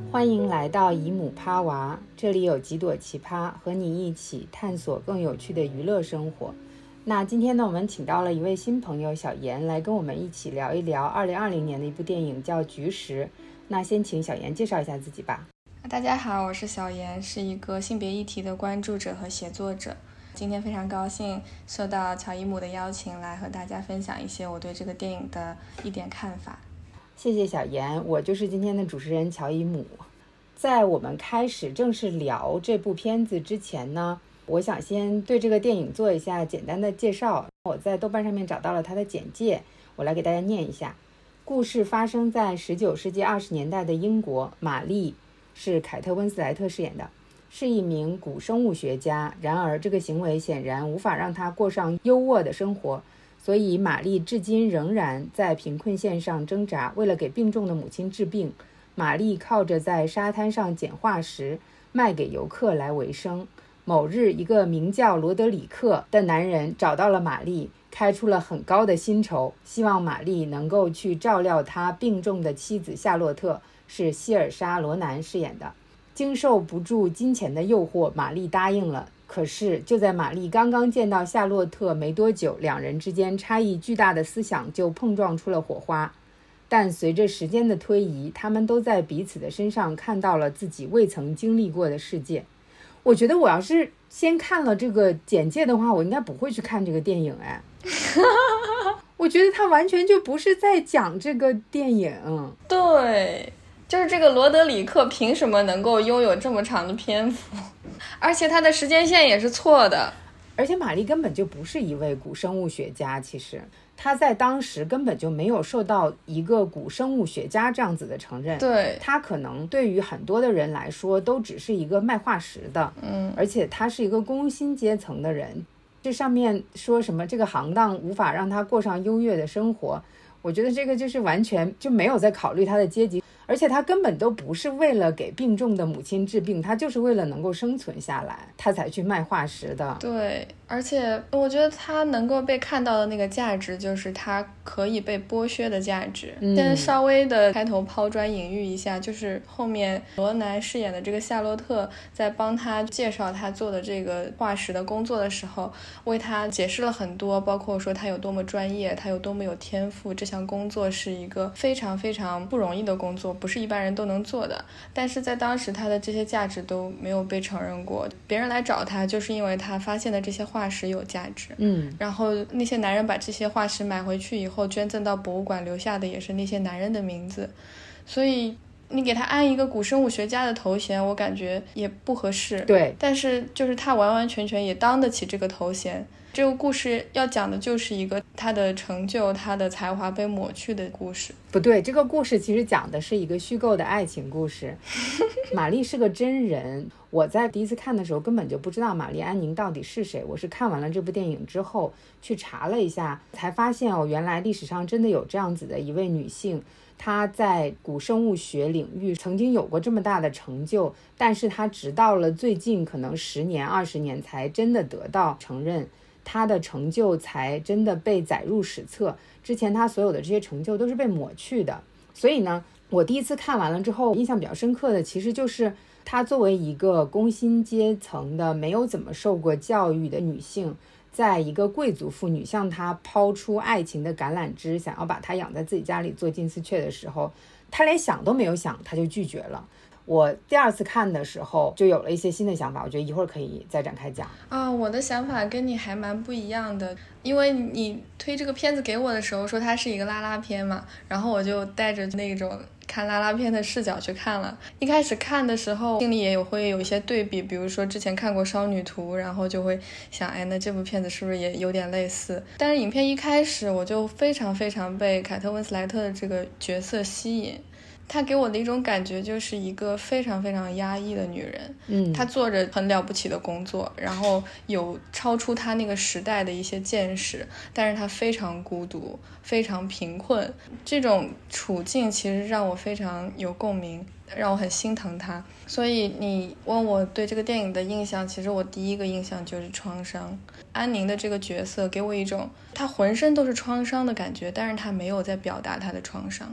欢迎来到姨母趴娃，这里有几朵奇葩和你一起探索更有趣的娱乐生活。那今天呢，我们请到了一位新朋友小妍来跟我们一起聊一聊2020年的一部电影叫《菊石》。那先请小妍介绍一下自己吧。 大家好，我是小妍，是一个性别议题的关注者和写作者。今天非常高兴受到乔姨母的邀请，来和大家分享一些我对这个电影的一点看法。 谢谢小妍，我就是今天的主持人乔姨母。在我们开始正式聊这部片子之前呢，我想先对这个电影做一下简单的介绍。我在豆瓣上面找到了它的简介，我来给大家念一下。故事发生在19世纪20年代的英国，玛丽是凯特温斯莱特饰演的，是一名古生物学家。然而这个行为显然无法让她过上优渥的生活，所以玛丽至今仍然在贫困线上挣扎。为了给病重的母亲治病，玛丽靠着在沙滩上捡化石卖给游客来维生。某日，一个名叫罗德里克的男人找到了玛丽，开出了很高的薪酬，希望玛丽能够去照料他病重的妻子夏洛特，是希尔莎·罗南饰演的。经受不住金钱的诱惑，玛丽答应了。可是就在玛丽刚刚见到夏洛特没多久，两人之间差异巨大的思想就碰撞出了火花。但随着时间的推移，他们都在彼此的身上看到了自己未曾经历过的世界。我觉得我要是先看了这个简介的话，我应该不会去看这个电影。我觉得他完全就不是在讲这个电影。 对，就是这个罗德里克凭什么能够拥有这么长的篇幅，而且他的时间线也是错的。 而且玛丽根本就不是一位古生物学家，其实他在当时根本就没有受到一个古生物学家这样子的承认。 对， 他可能对于很多的人来说都只是一个卖化石的，而且他是一个工薪阶层的人。这上面说什么这个行当无法让他过上优越的生活，我觉得这个就是完全就没有在考虑他的阶级，而且他根本都不是为了给病重的母亲治病，他就是为了能够生存下来，他才去卖化石的。 对，而且我觉得他能够被看到的那个价值，就是他可以被剥削的价值。但是稍微的开头抛砖引玉一下，就是后面罗南饰演的这个夏洛特在帮他介绍他做的这个化石的工作的时候，为他解释了很多，包括说他有多么专业，他有多么有天赋，这项工作是一个非常非常不容易的工作，不是一般人都能做的。但是在当时他的这些价值都没有被承认过，别人来找他就是因为他发现的这些化石有价值。然后那些男人把这些化石买回去以后捐赠到博物馆，留下的也是那些男人的名字。所以你给他安一个古生物学家的头衔，我感觉也不合适。 对， 但是就是他完完全全也当得起这个头衔。这个故事要讲的就是一个他的成就，他的才华被抹去的故事。 不对，这个故事其实讲的是一个虚构的爱情故事。玛丽是个真人，我在第一次看的时候根本就不知道玛丽安宁到底是谁，我是看完了这部电影之后去查了一下，才发现原来历史上真的有这样子的一位女性，她在古生物学领域曾经有过这么大的成就，但是她直到了最近可能10年20年才真的得到承认，他的成就才真的被载入史册，之前他所有的这些成就都是被抹去的。所以呢，我第一次看完了之后印象比较深刻的其实就是她作为一个工薪阶层的没有怎么受过教育的女性，在一个贵族妇女向她抛出爱情的橄榄枝，想要把她养在自己家里做金丝雀的时候，她连想都没有想，她就拒绝了。我第二次看的时候就有了一些新的想法，我觉得一会儿可以再展开讲。 我的想法跟你还蛮不一样的，因为你推这个片子给我的时候说它是一个拉拉片嘛，然后我就带着那种看拉拉片的视角去看了。一开始看的时候心里也会有一些对比，比如说之前看过少女图，然后就会想那这部片子是不是也有点类似。但是影片一开始我就非常非常被凯特温斯莱特的这个角色吸引，她给我的一种感觉就是一个非常非常压抑的女人。她做着很了不起的工作，然后有超出她那个时代的一些见识，但是她非常孤独，非常贫困。这种处境其实让我非常有共鸣，让我很心疼她。所以你问我对这个电影的印象，其实我第一个印象就是创伤。安宁的这个角色给我一种她浑身都是创伤的感觉，但是她没有在表达她的创伤。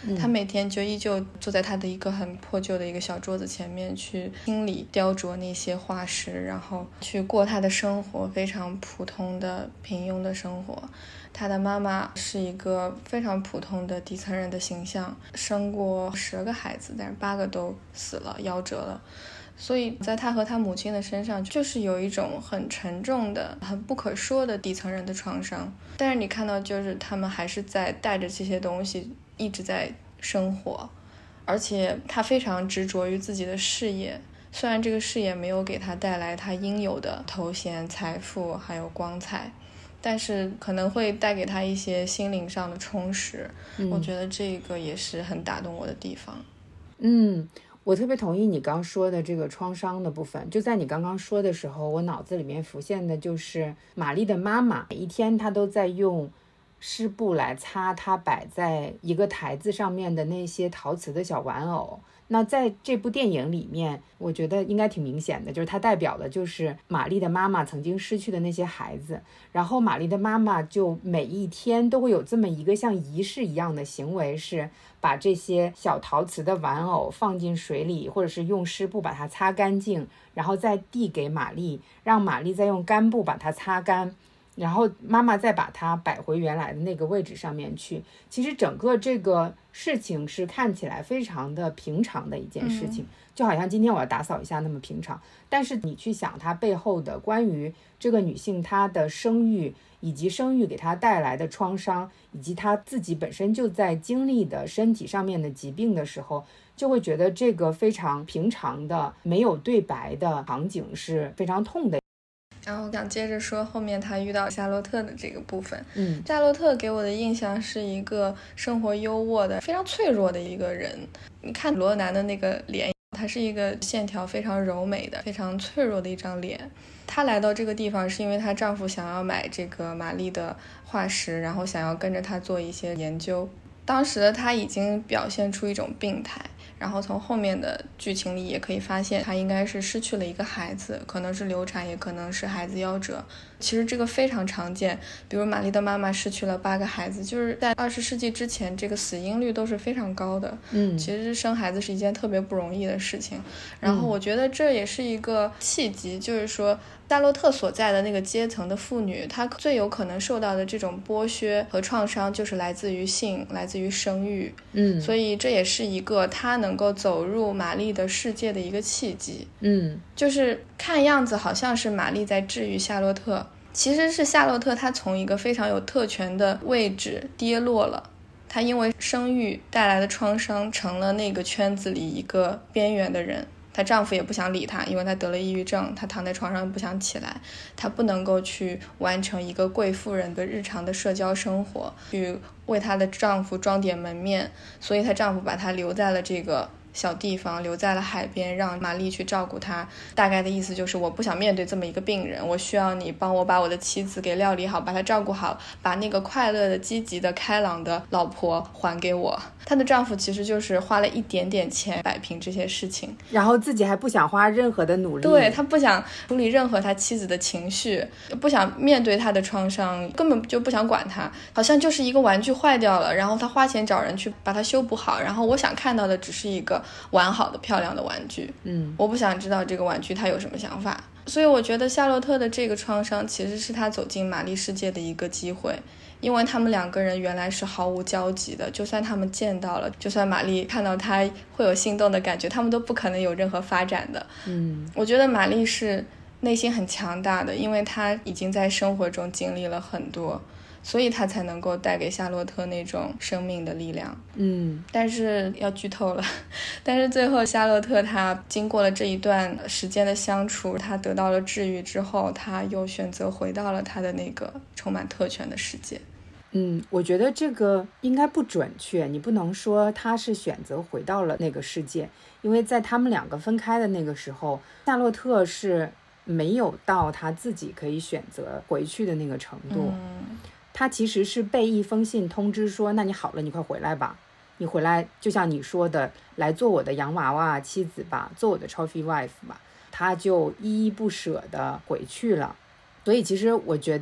他每天就依旧坐在他的一个很破旧的一个小桌子前面去清理雕琢那些化石，然后去过他的生活，非常普通的平庸的生活。他的妈妈是一个非常普通的底层人的形象，生过10个孩子，但是8个都死了，夭折了。所以在他和他母亲的身上，就是有一种很沉重的、很不可说的底层人的创伤。但是你看到，就是他们还是在带着这些东西一直在生活，而且他非常执着于自己的事业。虽然这个事业没有给他带来他应有的头衔、财富还有光彩，但是可能会带给他一些心灵上的充实。我觉得这个也是很打动我的地方。 我特别同意你刚说的这个创伤的部分。就在你刚刚说的时候，我脑子里面浮现的就是玛丽的妈妈，每一天她都在用湿布来擦她摆在一个台子上面的那些陶瓷的小玩偶。那在这部电影里面，我觉得应该挺明显的，就是它代表的就是玛丽的妈妈曾经失去的那些孩子。然后玛丽的妈妈就每一天都会有这么一个像仪式一样的行为，是把这些小陶瓷的玩偶放进水里，或者是用湿布把它擦干净，然后再递给玛丽，让玛丽再用干布把它擦干，然后妈妈再把它摆回原来的那个位置上面去。其实整个这个事情是看起来非常的平常的一件事情，就好像今天我要打扫一下那么平常。但是你去想它背后的关于这个女性她的生育，以及生育给她带来的创伤，以及她自己本身就在经历的身体上面的疾病的时候，就会觉得这个非常平常的没有对白的场景是非常痛的。 然后我想接着说后面他遇到夏洛特的这个部分。夏洛特给我的印象是一个生活优渥的非常脆弱的一个人。你看罗南的那个脸，他是一个线条非常柔美的非常脆弱的一张脸。她来到这个地方是因为她丈夫想要买这个玛丽的化石，然后想要跟着她做一些研究。当时的她已经表现出一种病态，然后从后面的剧情里也可以发现她应该是失去了一个孩子，可能是流产，也可能是孩子夭折。其实这个非常常见，比如玛丽的妈妈失去了8个孩子，就是在20世纪之前这个死因率都是非常高的。其实生孩子是一件特别不容易的事情。然后我觉得这也是一个契机，就是说夏洛特所在的那个阶层的妇女，她最有可能受到的这种剥削和创伤就是来自于性，来自于生育。所以这也是一个她能够走入玛丽的世界的一个契机。就是看样子好像是玛丽在治愈夏洛特，其实是夏洛特她从一个非常有特权的位置跌落了，她因为生育带来的创伤成了那个圈子里一个边缘的人。她丈夫也不想理她，因为她得了抑郁症，她躺在床上不想起来，她不能够去完成一个贵妇人的日常的社交生活，去为她的丈夫装点门面，所以她丈夫把她留在了这个小地方，留在了海边，让玛丽去照顾她。大概的意思就是我不想面对这么一个病人，我需要你帮我把我的妻子给料理好，把她照顾好，把那个快乐的积极的开朗的老婆还给我。她的丈夫其实就是花了一点点钱摆平这些事情， 然后自己还不想花任何的努力。 对，他不想处理任何他妻子的情绪，不想面对他的创伤，根本就不想管他，好像就是一个玩具坏掉了，然后他花钱找人去把它修补好，然后我想看到的只是一个完好的漂亮的玩具。我不想知道这个玩具他有什么想法。所以我觉得夏洛特的这个创伤其实是他走进玛丽世界的一个机会，因为他们2个人原来是毫无交集的，就算他们见到了，就算玛丽看到他会有心动的感觉，他们都不可能有任何发展的。我觉得玛丽是内心很强大的，因为她已经在生活中经历了很多，所以她才能够带给夏洛特那种生命的力量。但是要剧透了，但是最后夏洛特她经过了这一段时间的相处，她得到了治愈之后，她又选择回到了她的那个充满特权的世界。 我觉得这个应该不准确，你不能说他是选择回到了那个世界，因为在他们2个分开的那个时候，夏洛特是没有到他自己可以选择回去的那个程度。他其实是被一封信通知说，那你好了，你快回来吧，你回来就像你说的，来做我的洋娃娃妻子吧，做我的 trophy wife 吧。他就依依不舍的回去了。所以其实我觉得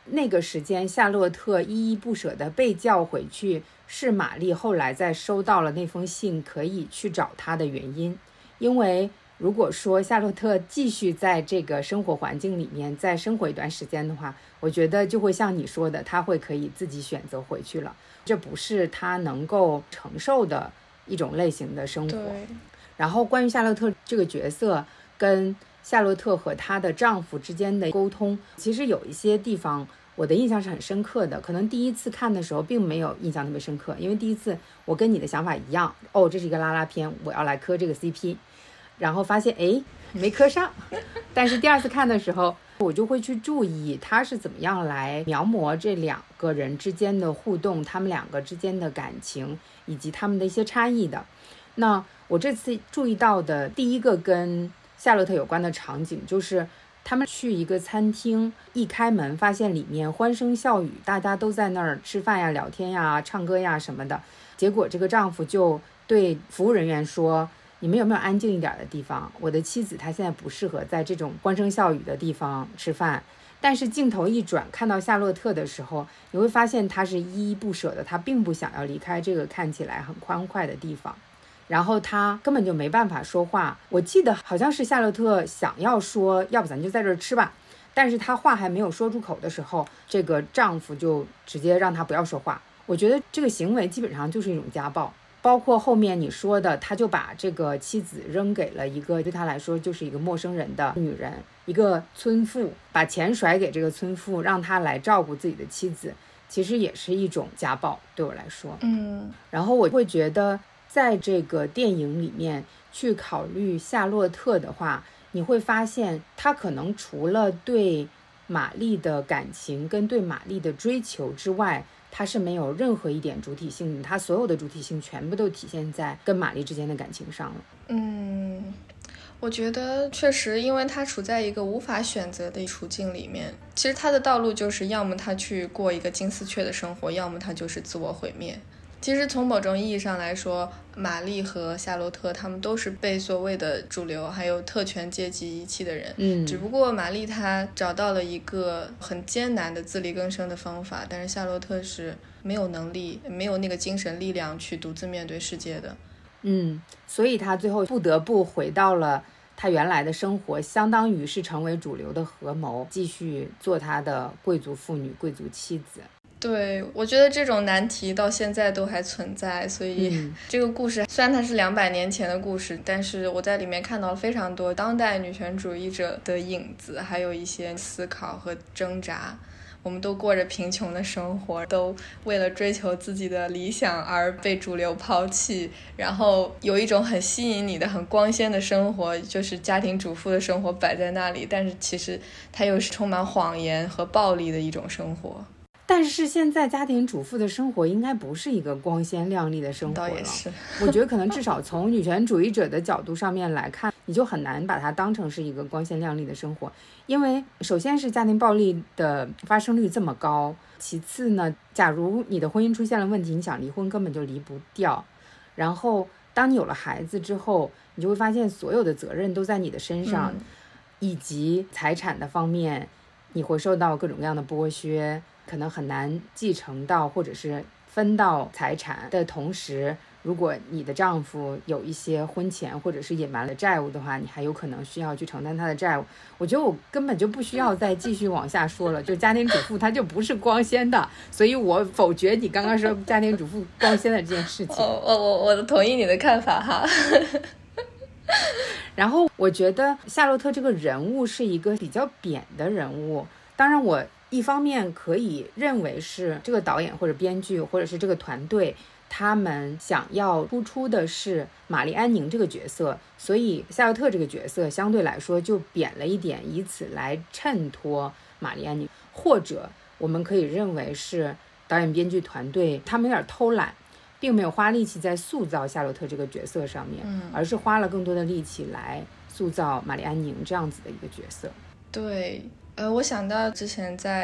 那个时间夏洛特依依不舍地被叫回去，是玛丽后来在收到了那封信可以去找他的原因。因为如果说夏洛特继续在这个生活环境里面再生活一段时间的话，我觉得就会像你说的，他会可以自己选择回去了，这不是他能够承受的一种类型的生活。然后关于夏洛特这个角色跟夏洛特和她的丈夫之间的沟通，其实有一些地方我的印象是很深刻的，可能第一次看的时候并没有印象特别深刻，因为第一次我跟你的想法一样，这是一个拉拉片，我要来磕这个 CP， 然后发现没磕上。但是第二次看的时候，我就会去注意他是怎么样来描摹这两个人之间的互动，他们两个之间的感情以及他们的一些差异的。那我这次注意到的第一个跟夏洛特有关的场景，就是他们去一个餐厅，一开门发现里面欢声笑语，大家都在那儿吃饭呀、聊天呀、唱歌呀什么的。结果这个丈夫就对服务人员说，你们有没有安静一点的地方？我的妻子她现在不适合在这种欢声笑语的地方吃饭。但是镜头一转看到夏洛特的时候，你会发现她是依依不舍的，她并不想要离开这个看起来很欢快的地方，然后他根本就没办法说话。我记得好像是夏洛特想要说，要不咱就在这儿吃吧，但是他话还没有说出口的时候，这个丈夫就直接让他不要说话。我觉得这个行为基本上就是一种家暴。包括后面你说的，他就把这个妻子扔给了一个对他来说就是一个陌生人的女人，一个村妇，把钱甩给这个村妇，让他来照顾自己的妻子，其实也是一种家暴，对我来说。然后我会觉得在这个电影里面去考虑夏洛特的话，你会发现他可能除了对玛丽的感情跟对玛丽的追求之外，他是没有任何一点主体性的，他所有的主体性全部都体现在跟玛丽之间的感情上了。 我觉得确实，因为他处在一个无法选择的处境里面，其实他的道路就是要么他去过一个金丝雀的生活，要么他就是自我毁灭。其实从某种意义上来说，玛丽和夏洛特他们都是被所谓的主流还有特权阶级遗弃的人。只不过玛丽她找到了一个很艰难的自力更生的方法，但是夏洛特是没有能力，没有那个精神力量去独自面对世界的。 所以他最后不得不回到了他原来的生活，相当于是成为主流的合谋，继续做他的贵族妇女、贵族妻子。 对，我觉得这种难题到现在都还存在，所以这个故事虽然它是200年前的故事，但是我在里面看到了非常多当代女权主义者的影子，还有一些思考和挣扎。我们都过着贫穷的生活，都为了追求自己的理想而被主流抛弃，然后有一种很吸引你的很光鲜的生活，就是家庭主妇的生活摆在那里，但是其实它又是充满谎言和暴力的一种生活。 但是现在家庭主妇的生活应该不是一个光鲜亮丽的生活了。 倒也是， 我觉得可能至少从女权主义者的角度上面来看，你就很难把它当成是一个光鲜亮丽的生活。因为首先是家庭暴力的发生率这么高，其次呢，假如你的婚姻出现了问题，你想离婚根本就离不掉，然后当你有了孩子之后，你就会发现所有的责任都在你的身上，以及财产的方面你会受到各种各样的剥削，可能很难继承到或者是分到财产的同时，如果你的丈夫有一些婚前或者是隐瞒了债务的话，你还有可能需要去承担他的债务。我觉得我根本就不需要再继续往下说了，就家庭主妇她就不是光鲜的，所以我否决你刚刚说家庭主妇光鲜的这件事情。 我同意你的看法哈。 然后我觉得夏洛特这个人物是一个比较扁的人物，当然我一方面可以认为是这个导演或者编剧或者是这个团队他们想要突出的是玛丽安宁这个角色，所以夏洛特这个角色相对来说就扁了一点，以此来衬托玛丽安宁。或者我们可以认为是导演编剧团队他们有点偷懒，并没有花力气在塑造夏洛特这个角色上面，而是花了更多的力气来塑造玛丽安宁这样子的一个角色。 对，我想到之前在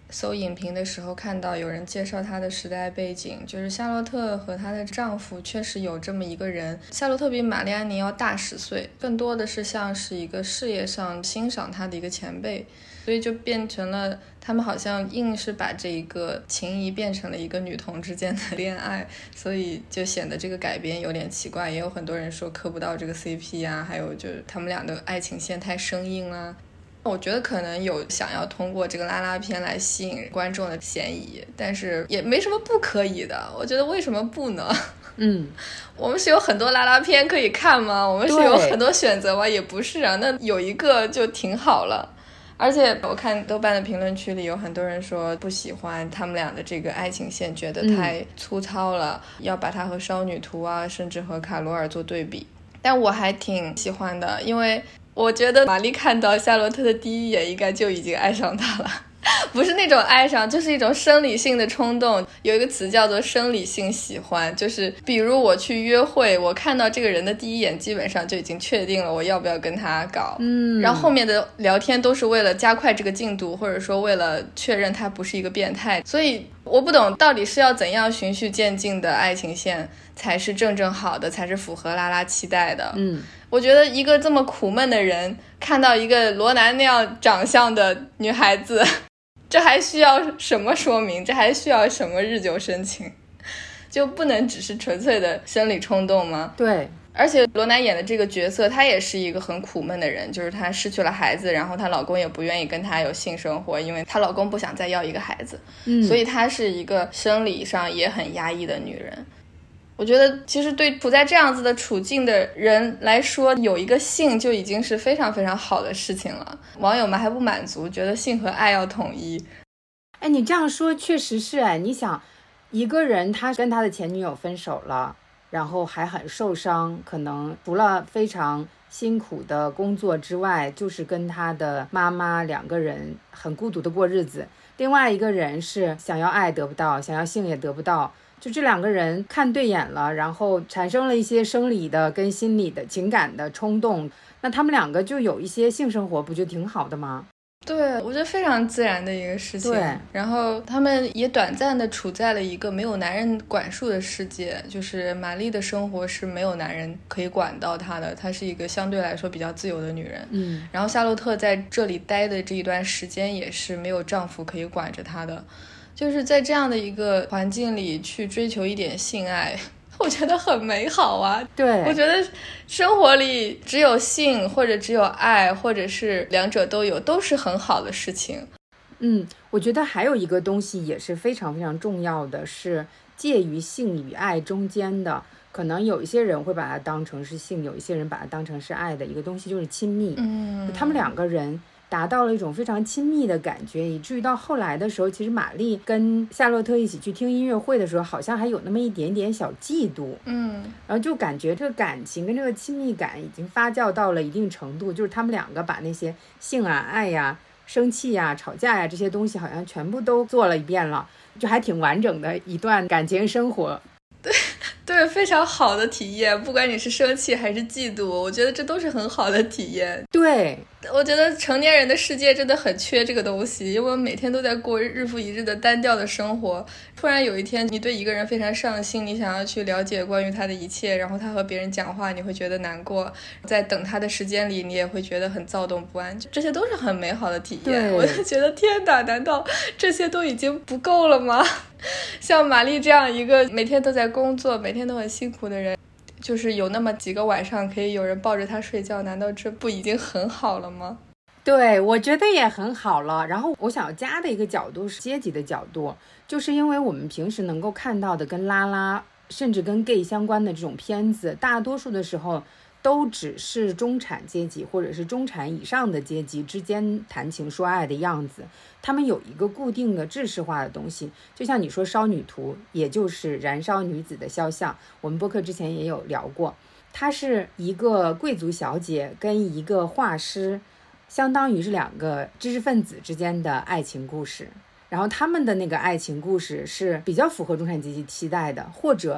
搜影评的时候看到有人介绍她的时代背景，就是夏洛特和她的丈夫确实有这么一个人。夏洛特比玛丽安妮要大10岁，更多的是像是一个事业上欣赏她的一个前辈，所以就变成了他们好像硬是把这一个情谊变成了一个女同之间的恋爱，所以就显得这个改编有点奇怪。也有很多人说磕不到这个 CP 啊，还有就是他们俩的爱情线太生硬啦。我觉得可能有想要通过这个拉拉片来吸引观众的嫌疑，但是也没什么不可以的。我觉得为什么不呢？我们是有很多拉拉片可以看吗？我们是有很多选择吗？也不是啊，那有一个就挺好了。而且我看豆瓣的评论区里有很多人说不喜欢他们俩的这个爱情线，觉得太粗糙了，要把它和少女图啊，甚至和卡罗尔做对比。但我还挺喜欢的，因为我觉得玛丽看到夏洛特的第一眼应该就已经爱上他了，不是那种爱上，就是一种生理性的冲动。有一个词叫做生理性喜欢，就是比如我去约会，我看到这个人的第一眼基本上就已经确定了我要不要跟他搞，然后后面的聊天都是为了加快这个进度，或者说为了确认他不是一个变态。所以我不懂到底是要怎样循序渐进的爱情线才是正正好的，才是符合拉拉期待的。我觉得一个这么苦闷的人看到一个罗南那样长相的女孩子，这还需要什么说明？这还需要什么日久生情？就不能只是纯粹的生理冲动吗？ 对。 而且罗南演的这个角色，她也是一个很苦闷的人，就是她失去了孩子，然后她老公也不愿意跟她有性生活，因为她老公不想再要一个孩子，所以她是一个生理上也很压抑的女人。我觉得其实对处在这样子的处境的人来说，有一个性就已经是非常非常好的事情了。网友们还不满足，觉得性和爱要统一。 哎，你这样说确实是。哎，你想一个人他跟他的前女友分手了，然后还很受伤，可能除了非常辛苦的工作之外，就是跟他的妈妈两个人很孤独的过日子。另外一个人是想要爱得不到，想要性也得不到，就这两个人看对眼了，然后产生了一些生理的跟心理的情感的冲动，那他们两个就有一些性生活，不就挺好的吗？ 对，我觉得非常自然的一个事情。 对， 然后他们也短暂的处在了一个没有男人管束的世界，就是玛丽的生活是没有男人可以管到她的，她是一个相对来说比较自由的女人。然后夏洛特在这里待的这一段时间也是没有丈夫可以管着她的，就是在这样的一个环境里去追求一点性爱，我觉得很美好啊。 对， 我觉得生活里只有性或者只有爱，或者是两者都有，都是很好的事情。 我觉得还有一个东西也是非常非常重要的，是介于性与爱中间的。可能有一些人会把它当成是性，有一些人把它当成是爱的一个东西，就是亲密。他们两个人达到了一种非常亲密的感觉，以至于到后来的时候，其实玛丽跟夏洛特一起去听音乐会的时候，好像还有那么一点点小嫉妒。然后就感觉这个感情跟这个亲密感已经发酵到了一定程度，就是他们两个把那些性啊、爱呀、生气呀、吵架呀这些东西好像全部都做了一遍了，就还挺完整的一段感情生活。 对，非常好的体验，不管你是生气还是嫉妒，我觉得这都是很好的体验。 对， 我觉得成年人的世界真的很缺这个东西，因为我们每天都在过日复一日的单调的生活，突然有一天你对一个人非常上心，你想要去了解关于他的一切，然后他和别人讲话你会觉得难过，在等他的时间里你也会觉得很躁动不安，这些都是很美好的体验。我就觉得天哪，难道这些都已经不够了吗？像玛丽这样一个每天都在工作每天都很辛苦的人，就是有那么几个晚上可以有人抱着她睡觉，难道这不已经很好了吗？ 对，我觉得也很好了。然后我想要加的一个角度是阶级的角度，就是因为我们平时能够看到的跟拉拉甚至跟 gay 相关的这种片子，大多数的时候都只是中产阶级或者是中产以上的阶级之间谈情说爱的样子，他们有一个固定的制式化的东西，就像你说少女图，也就是燃烧女子的肖像，我们播客之前也有聊过，它是一个贵族小姐跟一个画师，相当于是两个知识分子之间的爱情故事，然后他们的那个爱情故事是比较符合中产阶级期待的，或者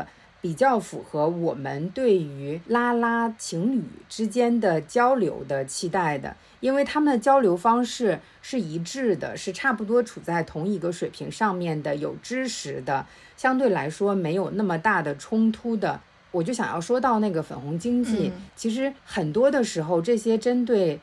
比较符合我们对于拉拉情侣之间的交流的期待的，因为他们的交流方式是一致的，是差不多处在同一个水平上面的，有知识的，相对来说没有那么大的冲突的。我就想要说到那个粉红经济，其实很多的时候这些针对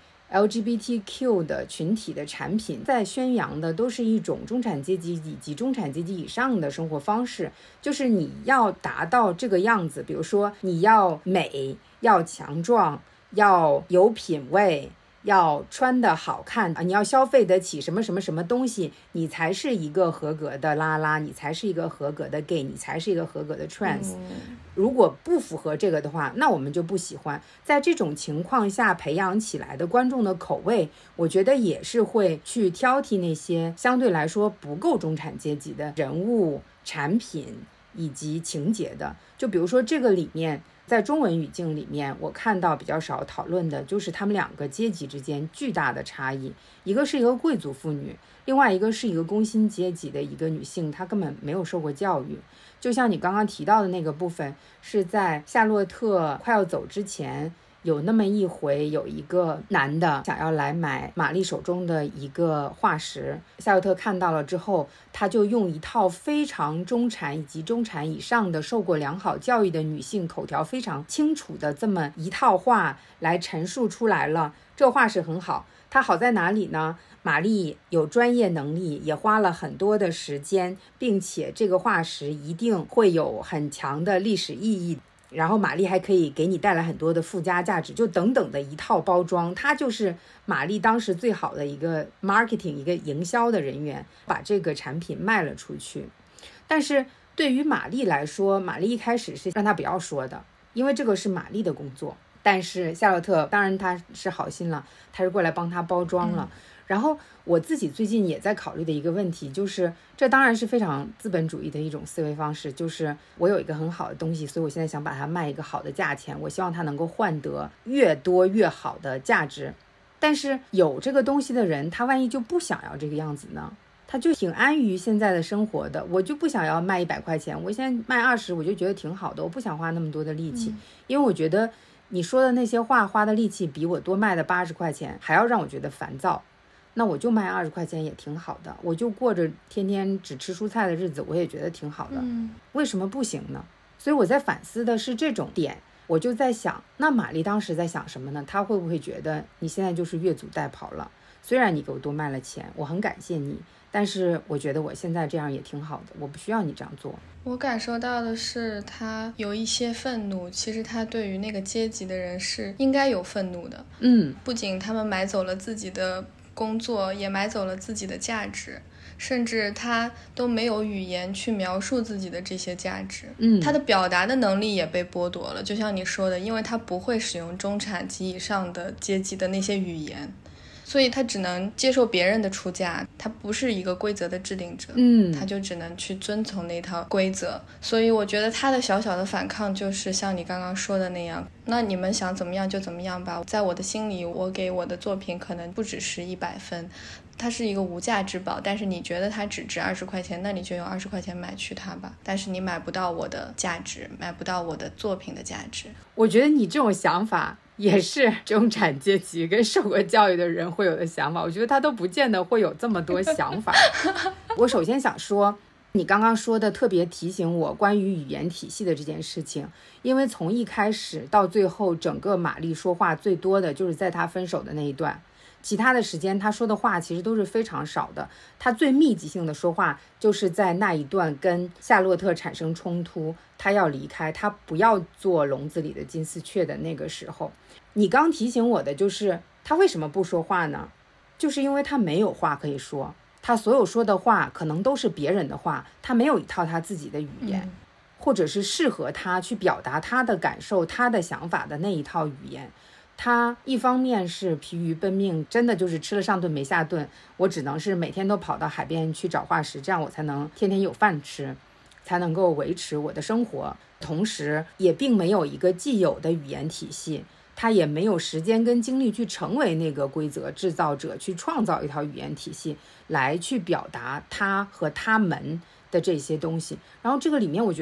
LGBTQ 的群体的产品在宣扬的都是一种中产阶级以及中产阶级以上的生活方式，就是你要达到这个样子，比如说你要美，要强壮，要有品味，要穿得好看啊，你要消费得起什么什么什么东西，你才是一个合格的拉拉，你才是一个合格的 gay， 你才是一个合格的 trans。如果不符合这个的话，那我们就不喜欢。在这种情况下培养起来的观众的口味，我觉得也是会去挑剔那些相对来说不够中产阶级的人物、产品以及情节的。就比如说这个里面，在中文语境里面，我看到比较少讨论的就是他们两个阶级之间巨大的差异，一个是一个贵族妇女，另外一个是一个工薪阶级的一个女性，她根本没有受过教育。就像你刚刚提到的那个部分，是在夏洛特快要走之前，有那么一回，有一个男的想要来买玛丽手中的一个化石，夏洛特看到了之后，他就用一套非常中产以及中产以上的受过良好教育的女性口条非常清楚的这么一套话来陈述出来了。这个化石很好，它好在哪里呢？玛丽有专业能力，也花了很多的时间，并且这个化石一定会有很强的历史意义，然后玛丽还可以给你带来很多的附加价值，就等等的一套包装。它就是玛丽当时最好的一个 marketing， 一个营销的人员，把这个产品卖了出去。但是对于玛丽来说，玛丽一开始是让她不要说的，因为这个是玛丽的工作。但是夏洛特当然他是好心了，他是过来帮他包装了。然后我自己最近也在考虑的一个问题，就是这当然是非常资本主义的一种思维方式，就是我有一个很好的东西，所以我现在想把它卖一个好的价钱，我希望它能够换得越多越好的价值。但是有这个东西的人，他万一就不想要这个样子呢？他就挺安于现在的生活的，我就不想要卖100块钱，我现在卖20，我就觉得挺好的，我不想花那么多的力气，因为我觉得你说的那些话花的力气比我多卖的80块钱还要让我觉得烦躁。那我就卖20块钱也挺好的，我就过着天天只吃蔬菜的日子，我也觉得挺好的。为什么不行呢？所以我在反思的是这种点，我就在想，那玛丽当时在想什么呢？她会不会觉得你现在就是越俎代庖了？虽然你给我多卖了钱，我很感谢你，但是我觉得我现在这样也挺好的，我不需要你这样做。 我感受到的是他有一些愤怒，其实他对于那个阶级的人是应该有愤怒的。不仅他们买走了自己的工作，也买走了自己的价值，甚至他都没有语言去描述自己的这些价值。他的表达的能力也被剥夺了，就像你说的，因为他不会使用中产及以上的阶级的那些语言，所以他只能接受别人的出价，他不是一个规则的制定者，他就只能去遵从那套规则。所以我觉得他的小小的反抗就是像你刚刚说的那样，那你们想怎么样就怎么样吧，在我的心里，我给我的作品可能不只是100分，它是一个无价之宝，但是你觉得它只值20块钱，那你就用20块钱买去它吧，但是你买不到我的价值，买不到我的作品的价值。 我觉得你这种想法也是中产阶级跟受过教育的人会有的想法，我觉得他都不见得会有这么多想法。我首先想说，你刚刚说的特别提醒我关于语言体系的这件事情，因为从一开始到最后，整个玛丽说话最多的就是在她分手的那一段，其他的时间她说的话其实都是非常少的，她最密集性的说话就是在那一段跟夏洛特产生冲突，她要离开，她不要做笼子里的金丝雀的那个时候。你刚提醒我的就是她为什么不说话呢？就是因为她没有话可以说，她所有说的话可能都是别人的话，她没有一套她自己的语言，或者是适合她去表达她的感受、她的想法的那一套语言。他一方面是疲于奔命，真的就是吃了上顿没下顿，我只能是每天都跑到海边去找化石，这样我才能天天有饭吃，才能够维持我的生活。同时也并没有一个既有的语言体系，他也没有时间跟精力去成为那个规则制造者，去创造一套语言体系来去表达他和他们的这些东西。然后这个里面我觉得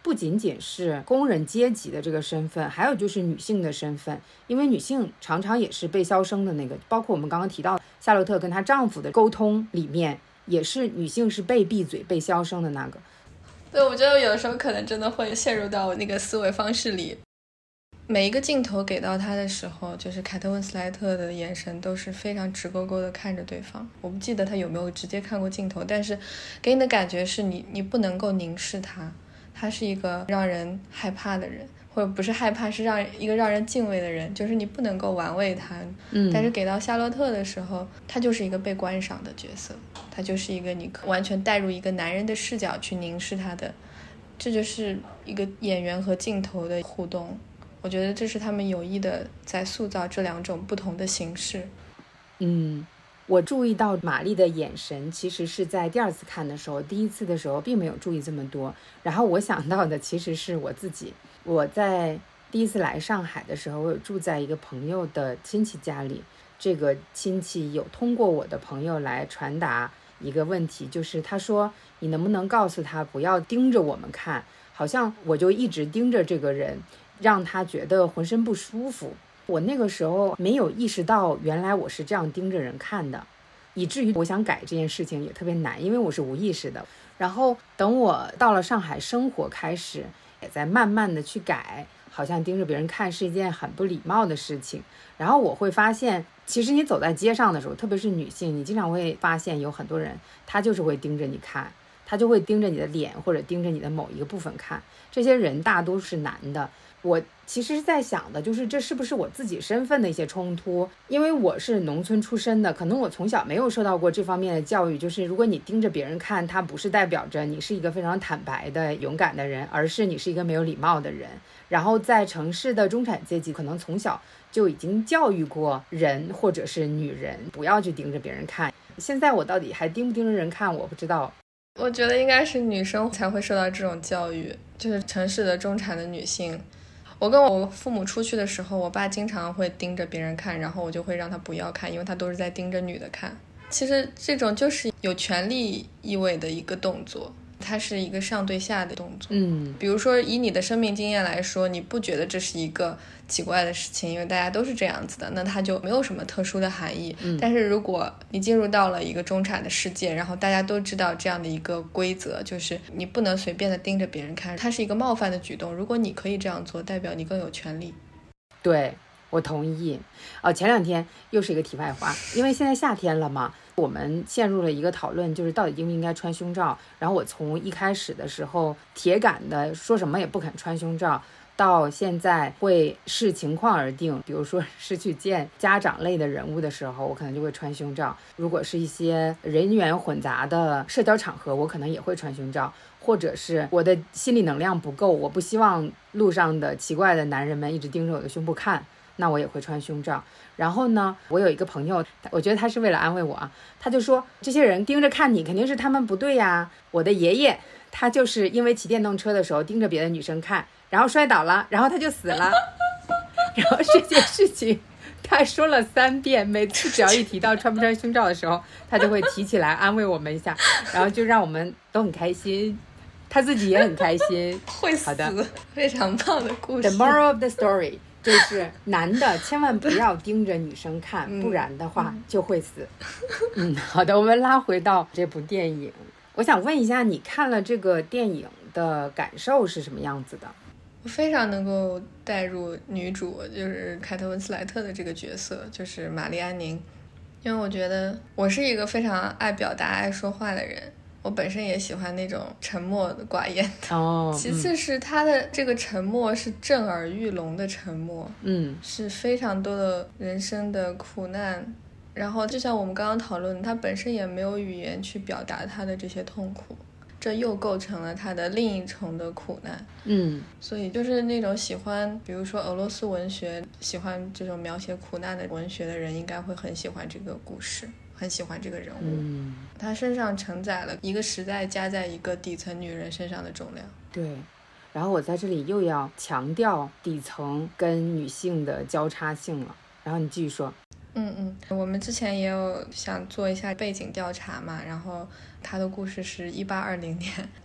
不仅仅是工人阶级的这个身份，还有就是女性的身份，因为女性常常也是被销声的那个，包括我们刚刚提到夏洛特跟她丈夫的沟通里面，也是女性是被闭嘴被销声的那个。 对，我觉得有的时候可能真的会陷入到我那个思维方式里。每一个镜头给到他的时候，就是凯特温斯莱特的眼神都是非常直勾勾的看着对方。我不记得他有没有直接看过镜头，但是给你的感觉是你不能够凝视他，他是一个让人害怕的人，或者不是害怕，是一个让人敬畏的人，就是你不能够玩味他。但是给到夏洛特的时候，他就是一个被观赏的角色，他就是一个你完全带入一个男人的视角去凝视他的，这就是一个演员和镜头的互动。我觉得这是他们有意的在塑造这两种不同的形式。 我注意到玛丽的眼神其实是在第二次看的时候，第一次的时候并没有注意这么多。然后我想到的其实是我自己，我在第一次来上海的时候，我有住在一个朋友的亲戚家里，这个亲戚有通过我的朋友来传达一个问题，就是他说你能不能告诉他不要盯着我们看，好像我就一直盯着这个人，让他觉得浑身不舒服。我那个时候没有意识到原来我是这样盯着人看的，以至于我想改这件事情也特别难，因为我是无意识的。然后等我到了上海生活开始，也在慢慢的去改，好像盯着别人看是一件很不礼貌的事情。然后我会发现，其实你走在街上的时候，特别是女性，你经常会发现有很多人他就是会盯着你看，他就会盯着你的脸或者盯着你的某一个部分看。这些人大多是男的。我其实是在想的，就是这是不是我自己身份的一些冲突，因为我是农村出身的，可能我从小没有受到过这方面的教育，就是如果你盯着别人看，它不是代表着你是一个非常坦白的勇敢的人，而是你是一个没有礼貌的人。然后在城市的中产阶级，可能从小就已经教育过人或者是女人不要去盯着别人看。现在我到底还盯不盯着人看，我不知道。 我觉得应该是女生才会受到这种教育，就是城市的中产的女性。我跟我父母出去的时候，我爸经常会盯着别人看，然后我就会让他不要看，因为他都是在盯着女的看。其实这种就是有权力意味的一个动作，它是一个上对下的动作。比如说以你的生命经验来说，你不觉得这是一个奇怪的事情，因为大家都是这样子的，那它就没有什么特殊的含义。但是如果你进入到了一个中产的世界，然后大家都知道这样的一个规则，就是你不能随便的盯着别人看，它是一个冒犯的举动。如果你可以这样做，代表你更有权利。 对，我同意。前两天又是一个题外话，因为现在夏天了嘛，我们陷入了一个讨论，就是到底应不应该穿胸罩。然后我从一开始的时候铁杆的说什么也不肯穿胸罩，到现在会视情况而定，比如说是去见家长类的人物的时候，我可能就会穿胸罩；如果是一些人员混杂的社交场合，我可能也会穿胸罩。或者是我的心理能量不够，我不希望路上的奇怪的男人们一直盯着我的胸部看，那我也会穿胸罩。然后呢，我有一个朋友，我觉得他是为了安慰我啊，他就说这些人盯着看你肯定是他们不对呀。我的爷爷他就是因为骑电动车的时候盯着别的女生看，然后摔倒了，然后他就死了。然后这件事情他说了3遍，每次只要一提到穿不穿胸罩的时候，他就会提起来安慰我们一下，然后就让我们都很开心，他自己也很开心。 会死。 好的， 非常棒的故事。 The moral of the story 就是男的千万不要盯着女生看，不然的话就会死。好的，我们拉回到这部电影，我想问一下你看了这个电影的感受是什么样子的？ 我非常能够带入女主，就是凯特温斯莱特的这个角色，就是玛丽安宁。因为我觉得我是一个非常爱表达爱说话的人，我本身也喜欢那种沉默的寡言的。其次是她的这个沉默是震耳欲聋的沉默，是非常多的人生的苦难，然后就像我们刚刚讨论，她本身也没有语言去表达她的这些痛苦，这又构成了他的另一重的苦难。所以就是那种喜欢比如说俄罗斯文学，喜欢这种描写苦难的文学的人应该会很喜欢这个故事，很喜欢这个人物。他身上承载了一个时代加在一个底层女人身上的重量。 对，然后我在这里又要强调底层跟女性的交叉性了，然后你继续说。 我们之前也有想做一下背景调查嘛，然后他的故事是1820年，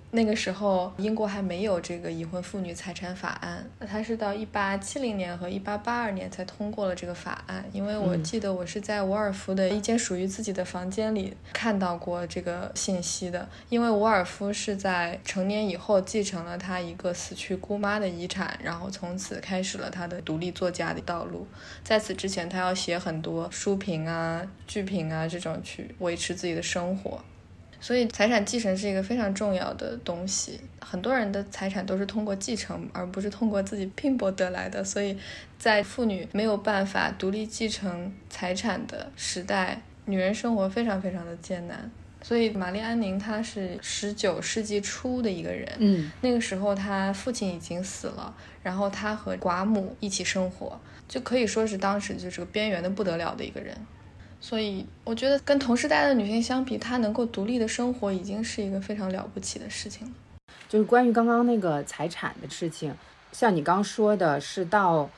那个时候英国还没有这个已婚妇女财产法案，它是到1870年和1882年才通过了这个法案。因为我记得我是在伍尔夫的一间属于自己的房间里看到过这个信息的，因为伍尔夫是在成年以后继承了他一个死去姑妈的遗产，然后从此开始了他的独立作家的道路。在此之前他要写很多书评啊剧评啊这种去维持自己的生活。所以财产继承是一个非常重要的东西，很多人的财产都是通过继承而不是通过自己拼搏得来的，所以在妇女没有办法独立继承财产的时代，女人生活非常非常的艰难。所以玛丽安宁她是19世纪初的一个人，那个时候她父亲已经死了，然后她和寡母一起生活，就可以说是当时就是个边缘的不得了的一个人。所以我觉得跟同时代的女性相比，她能够独立的生活已经是一个非常了不起的事情了。 就是关于刚刚那个财产的事情，像你刚说的是到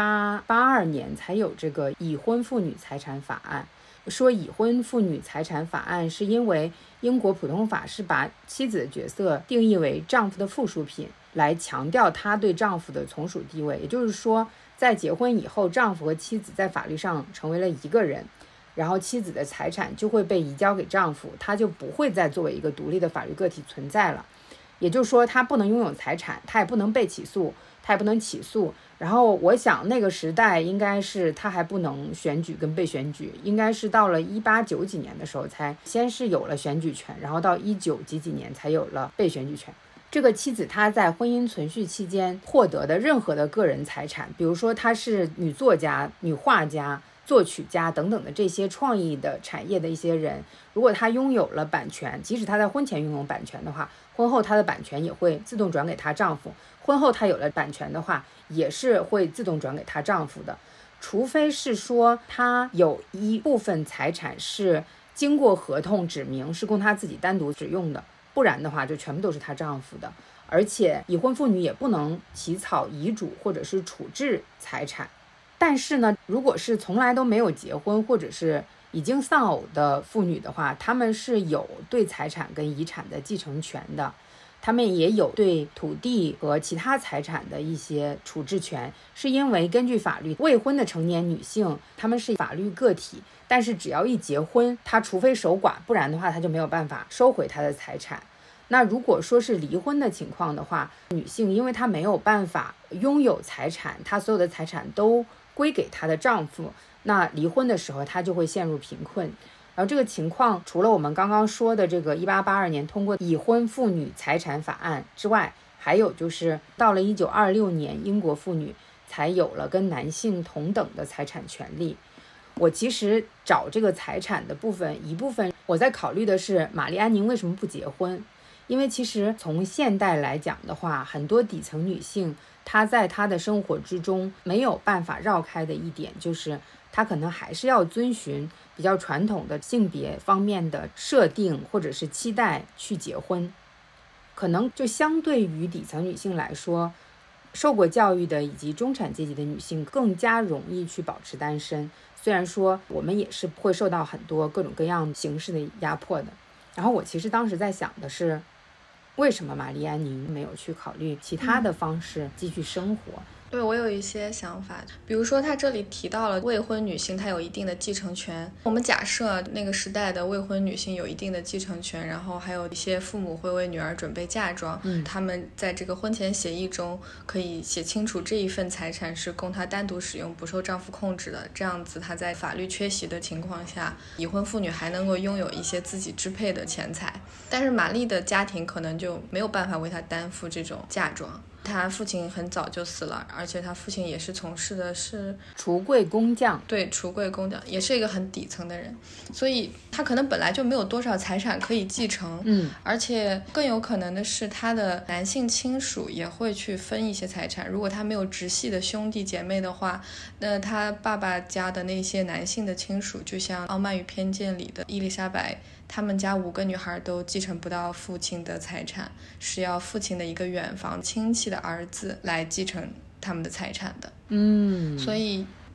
1882年才有这个已婚妇女财产法案。说已婚妇女财产法案是因为英国普通法是把妻子的角色定义为丈夫的附属品，来强调她对丈夫的从属地位。也就是说在结婚以后，丈夫和妻子在法律上成为了一个人，然后妻子的财产就会被移交给丈夫，他就不会再作为一个独立的法律个体存在了。也就是说他不能拥有财产，他也不能被起诉，他也不能起诉。然后我想那个时代应该是他还不能选举跟被选举，应该是到了1890几年的时候才先是有了选举权，然后到19几年才有了被选举权。这个妻子她在婚姻存续期间获得的任何的个人财产，比如说她是女作家、女画家、作曲家等等的这些创意的产业的一些人，如果她拥有了版权，即使她在婚前拥有版权的话，婚后她的版权也会自动转给她丈夫，婚后她有了版权的话也是会自动转给她丈夫的。除非是说她有一部分财产是经过合同指明是供她自己单独使用的，不然的话就全部都是她丈夫的。而且已婚妇女也不能起草遗嘱或者是处置财产。但是呢，如果是从来都没有结婚或者是已经丧偶的妇女的话，她们是有对财产跟遗产的继承权的，她们也有对土地和其他财产的一些处置权。是因为根据法律，未婚的成年女性她们是法律个体，但是只要一结婚，她除非守寡，不然的话她就没有办法收回她的财产。那如果说是离婚的情况的话，女性因为她没有办法拥有财产，她所有的财产都归给她的丈夫，那离婚的时候她就会陷入贫困。然后这个情况除了我们刚刚说的这个1882年通过已婚妇女财产法案之外，还有就是到了1926年英国妇女才有了跟男性同等的财产权利。我其实找这个财产的部分，一部分我在考虑的是玛丽安宁为什么不结婚。因为其实从现代来讲的话，很多底层女性她在她的生活之中没有办法绕开的一点，就是她可能还是要遵循比较传统的性别方面的设定或者是期待去结婚。可能就相对于底层女性来说，受过教育的以及中产阶级的女性更加容易去保持单身，虽然说我们也是会受到很多各种各样形式的压迫的。然后我其实当时在想的是，为什么玛丽安宁没有去考虑其他的方式继续生活？ 对，我有一些想法，比如说他这里提到了未婚女性她有一定的继承权。我们假设那个时代的未婚女性有一定的继承权，然后还有一些父母会为女儿准备嫁妆，他们在这个婚前协议中可以写清楚这一份财产是供她单独使用，不受丈夫控制的，这样子她在法律缺席的情况下，已婚妇女还能够拥有一些自己支配的钱财。但是玛丽的家庭可能就没有办法为她担负这种嫁妆，他父亲很早就死了，而且他父亲也是从事的是橱柜工匠， 对，橱柜工匠，也是一个很底层的人，所以他可能本来就没有多少财产可以继承，而且更有可能的是他的男性亲属也会去分一些财产。如果他没有直系的兄弟姐妹的话，那他爸爸家的那些男性的亲属，就像《傲慢与偏见》里的伊丽莎白，他们家5个女孩都继承不到父亲的财产，是要父亲的一个远房亲戚的儿子来继承他们的财产的。所以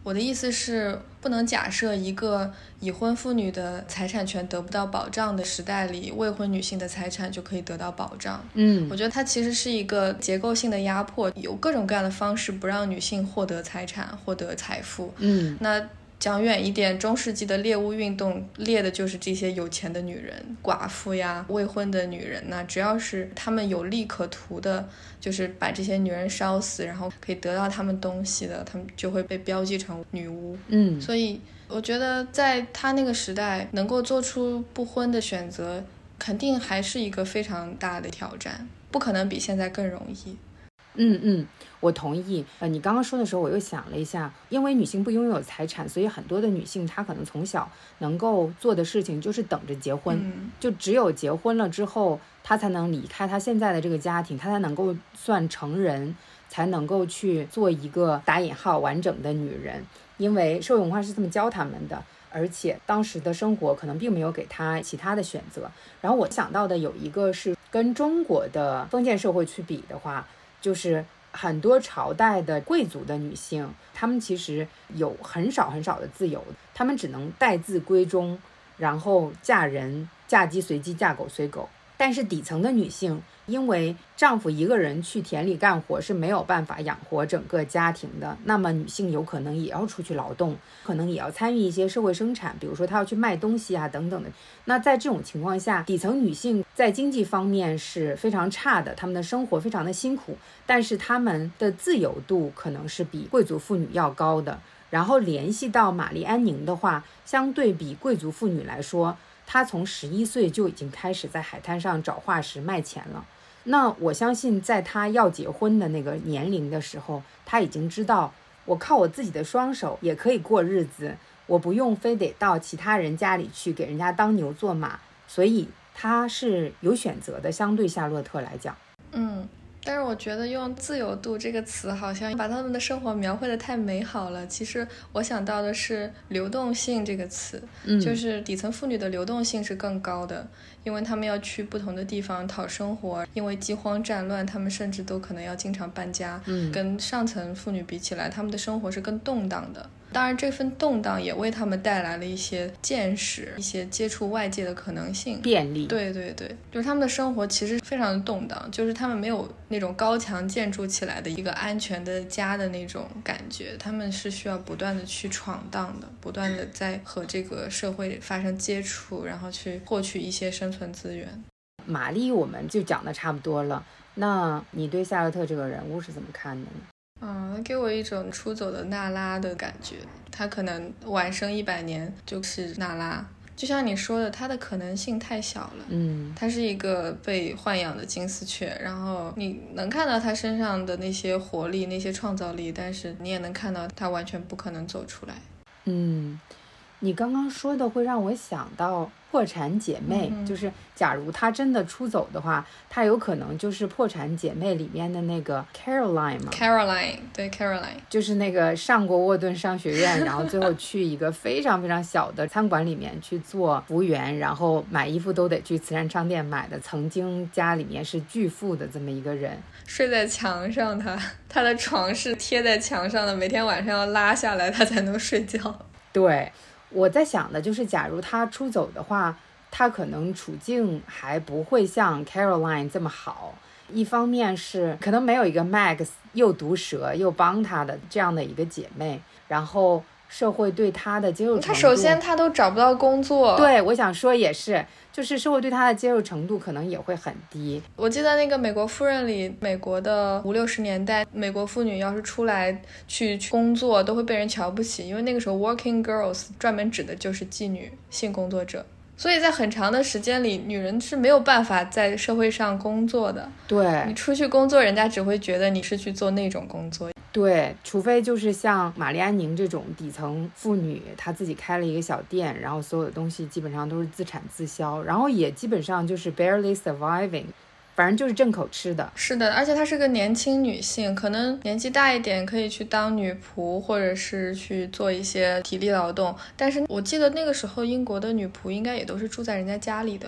我的意思是，不能假设一个已婚妇女的财产权得不到保障的时代里，未婚女性的财产就可以得到保障。我觉得它其实是一个结构性的压迫，有各种各样的方式不让女性获得财产、获得财富。那讲远一点，中世纪的猎巫运动猎的就是这些有钱的女人、寡妇呀、未婚的女人呐，只要是她们有利可图的，就是把这些女人烧死，然后可以得到她们东西的，她们就会被标记成女巫。所以我觉得在她那个时代能够做出不婚的选择，肯定还是一个非常大的挑战，不可能比现在更容易。 我同意。你刚刚说的时候，我又想了一下，因为女性不拥有财产，所以很多的女性她可能从小能够做的事情就是等着结婚，就只有结婚了之后，她才能离开她现在的这个家庭，她才能够算成人，才能够去做一个打引号完整的女人，因为社会文化是这么教他们的。而且当时的生活可能并没有给她其他的选择。然后我想到的有一个是跟中国的封建社会去比的话，就是很多朝代的贵族的女性，她们其实有很少很少的自由，她们只能待字闺中，然后嫁人，嫁鸡随鸡，嫁狗随狗。但是底层的女性，因为丈夫一个人去田里干活是没有办法养活整个家庭的，那么女性有可能也要出去劳动，可能也要参与一些社会生产，比如说她要去卖东西啊等等的。那在这种情况下，底层女性在经济方面是非常差的，她们的生活非常的辛苦，但是她们的自由度可能是比贵族妇女要高的。然后联系到玛丽安宁的话，相对比贵族妇女来说，她从11岁就已经开始在海滩上找化石卖钱了。那我相信在她要结婚的那个年龄的时候，她已经知道我靠我自己的双手也可以过日子，我不用非得到其他人家里去给人家当牛做马，所以她是有选择的，相对夏洛特来讲。 但是我觉得用自由度这个词好像把他们的生活描绘得太美好了，其实我想到的是流动性这个词，就是底层妇女的流动性是更高的，因为他们要去不同的地方讨生活，因为饥荒战乱他们甚至都可能要经常搬家，跟上层妇女比起来，他们的生活是更动荡的。当然这份动荡也为他们带来了一些见识，一些接触外界的可能性， 便利。 对，就是他们的生活其实非常的动荡，就是他们没有那种高墙建筑起来的一个安全的家的那种感觉，他们是需要不断的去闯荡的，不断的在和这个社会发生接触，然后去获取一些生存资源。 玛丽我们就讲的差不多了，那你对夏洛特这个人物是怎么看的呢？ 给我一种出走的娜拉的感觉，她可能晚生100年就是娜拉，就像你说的，她的可能性太小了。她是一个被豢养的金丝雀，然后你能看到她身上的那些活力，那些创造力，但是你也能看到她完全不可能走出来。 你刚刚说的会让我想到破产姐妹，就是假如她真的出走的话，她有可能就是破产姐妹里面的那个 Caroline 嘛。 Caroline， 对 Caroline， 就是那个上过沃顿商学院，然后最后去一个非常非常小的餐馆里面去做服务员，然后买衣服都得去慈善商店买的，曾经家里面是巨富的这么一个人。 睡在墙上，他的床是贴在墙上的，每天晚上要拉下来他才能睡觉。 对，我在想的就是假如他出走的话，他可能处境还不会像 Caroline 这么好。一方面是可能没有一个 Max 又毒舌又帮他的这样的一个姐妹，然后社会对他的接受程度， 他首先他都找不到工作。 对，我想说也是，就是社会对他的接受程度可能也会很低。 我记得那个美国夫人里，美国的50、60年代，美国妇女要是出来去工作都会被人瞧不起，因为那个时候 working girls 专门指的就是妓女、性工作者，所以在很长的时间里，女人是没有办法在社会上工作的。 对， 你出去工作，人家只会觉得你是去做那种工作。 对，除非就是像玛丽安宁这种底层妇女，她自己开了一个小店，然后所有的东西基本上都是自产自销，然后也基本上就是 barely surviving， 反正就是挣口吃的。 是的，而且她是个年轻女性，可能年纪大一点可以去当女仆，或者是去做一些体力劳动，但是我记得那个时候英国的女仆应该也都是住在人家家里的，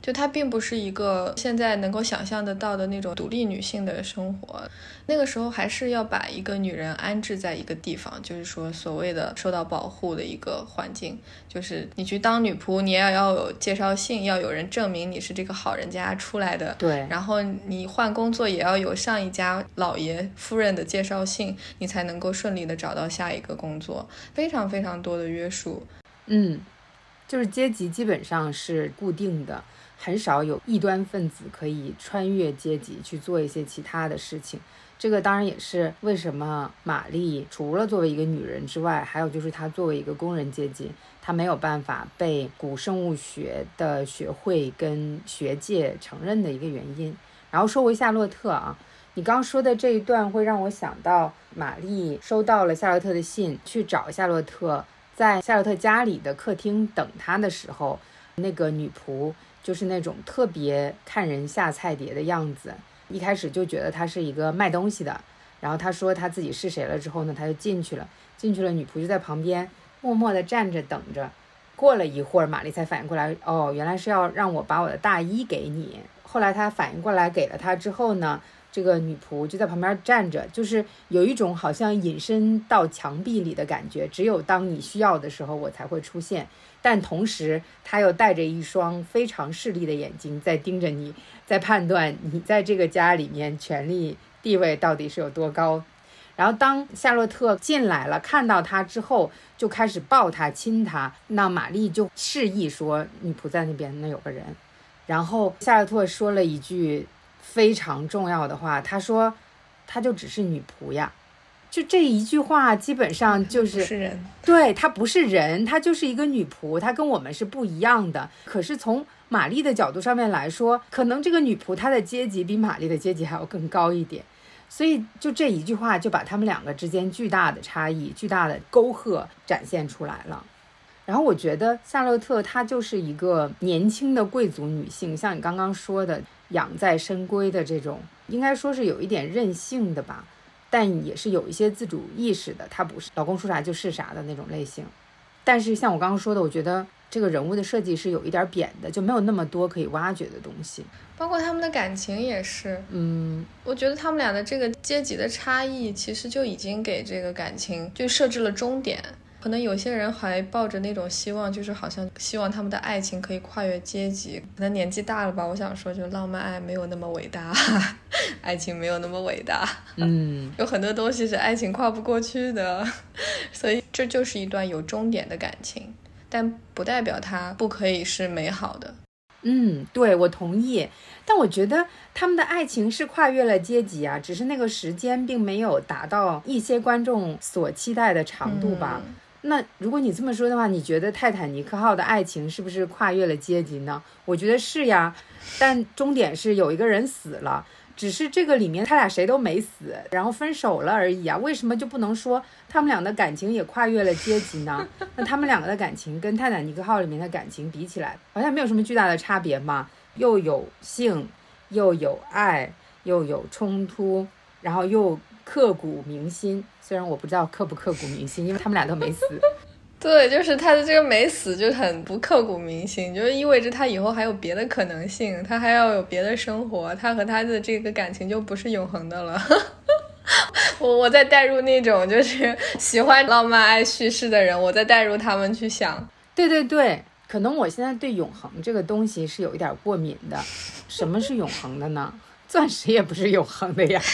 就它并不是一个现在能够想象得到的那种独立女性的生活。那个时候还是要把一个女人安置在一个地方，就是说所谓的受到保护的一个环境，就是你去当女仆，你也要有介绍信，要有人证明你是这个好人家出来的， 对， 然后你换工作也要有上一家老爷夫人的介绍信，你才能够顺利的找到下一个工作，非常非常多的约束。 就是阶级基本上是固定的，很少有异端分子可以穿越阶级去做一些其他的事情。这个当然也是为什么玛丽除了作为一个女人之外，还有就是她作为一个工人阶级，她没有办法被古生物学的学会跟学界承认的一个原因。然后说回夏洛特啊，你刚说的这一段会让我想到玛丽收到了夏洛特的信，去找夏洛特，在夏洛特家里的客厅等他的时候，那个女仆就是那种特别看人下菜碟的样子，一开始就觉得他是一个卖东西的，然后他说他自己是谁了之后呢，他就进去了，女仆就在旁边默默地站着等着。过了一会儿，玛丽才反应过来，哦，原来是要让我把我的大衣给你。后来他反应过来给了他之后呢，这个女仆就在旁边站着，就是有一种好像隐身到墙壁里的感觉，只有当你需要的时候我才会出现，但同时他又带着一双非常势利的眼睛在盯着你，在判断你在这个家里面权力地位到底是有多高。然后当夏洛特进来了，看到他之后就开始抱他亲他，那玛丽就示意说女仆在那边，那有个人。然后夏洛特说了一句非常重要的话，他说她就只是女仆呀。就这一句话基本上就是不是人， 对，她不是人，她就是一个女仆，她跟我们是不一样的。可是从玛丽的角度上面来说，可能这个女仆她的阶级比玛丽的阶级还要更高一点，所以就这一句话就把他们两个之间巨大的差异、巨大的沟壑展现出来了。然后我觉得夏洛特她就是一个年轻的贵族女性，像你刚刚说的养在深闺的这种，应该说是有一点任性的吧，但也是有一些自主意识的，她不是老公说啥就是啥的那种类型。但是像我刚刚说的，我觉得这个人物的设计是有一点扁的，就没有那么多可以挖掘的东西， 包括他们的感情也是。我觉得他们俩的这个阶级的差异其实就已经给这个感情就设置了终点。可能有些人还抱着那种希望，就是好像希望他们的爱情可以跨越阶级。可能年纪大了吧，我想说就浪漫爱没有那么伟大爱情没有那么伟大有很多东西是爱情跨不过去的，所以这就是一段有终点的感情，但不代表它不可以是美好的。 对，我同意。但我觉得他们的爱情是跨越了阶级啊，只是那个时间并没有达到一些观众所期待的长度吧。那如果你这么说的话，你觉得泰坦尼克号的爱情是不是跨越了阶级呢？我觉得是呀，但终点是有一个人死了，只是这个里面他俩谁都没死，然后分手了而已啊。为什么就不能说他们俩的感情也跨越了阶级呢？那他们两个的感情跟泰坦尼克号里面的感情比起来，好像没有什么巨大的差别嘛，又有性，又有爱，又有冲突，然后又刻骨铭心。虽然我不知道刻不刻骨铭心，因为他们俩都没死。 对，就是他的这个没死就很不刻骨铭心，就是意味着他以后还有别的可能性，他还要有别的生活，他和他的这个感情就不是永恒的了我在带入那种就是喜欢浪漫爱叙事的人，我在带入他们去想。 对对对，可能我现在对永恒这个东西是有一点过敏的。什么是永恒的呢？钻石也不是永恒的呀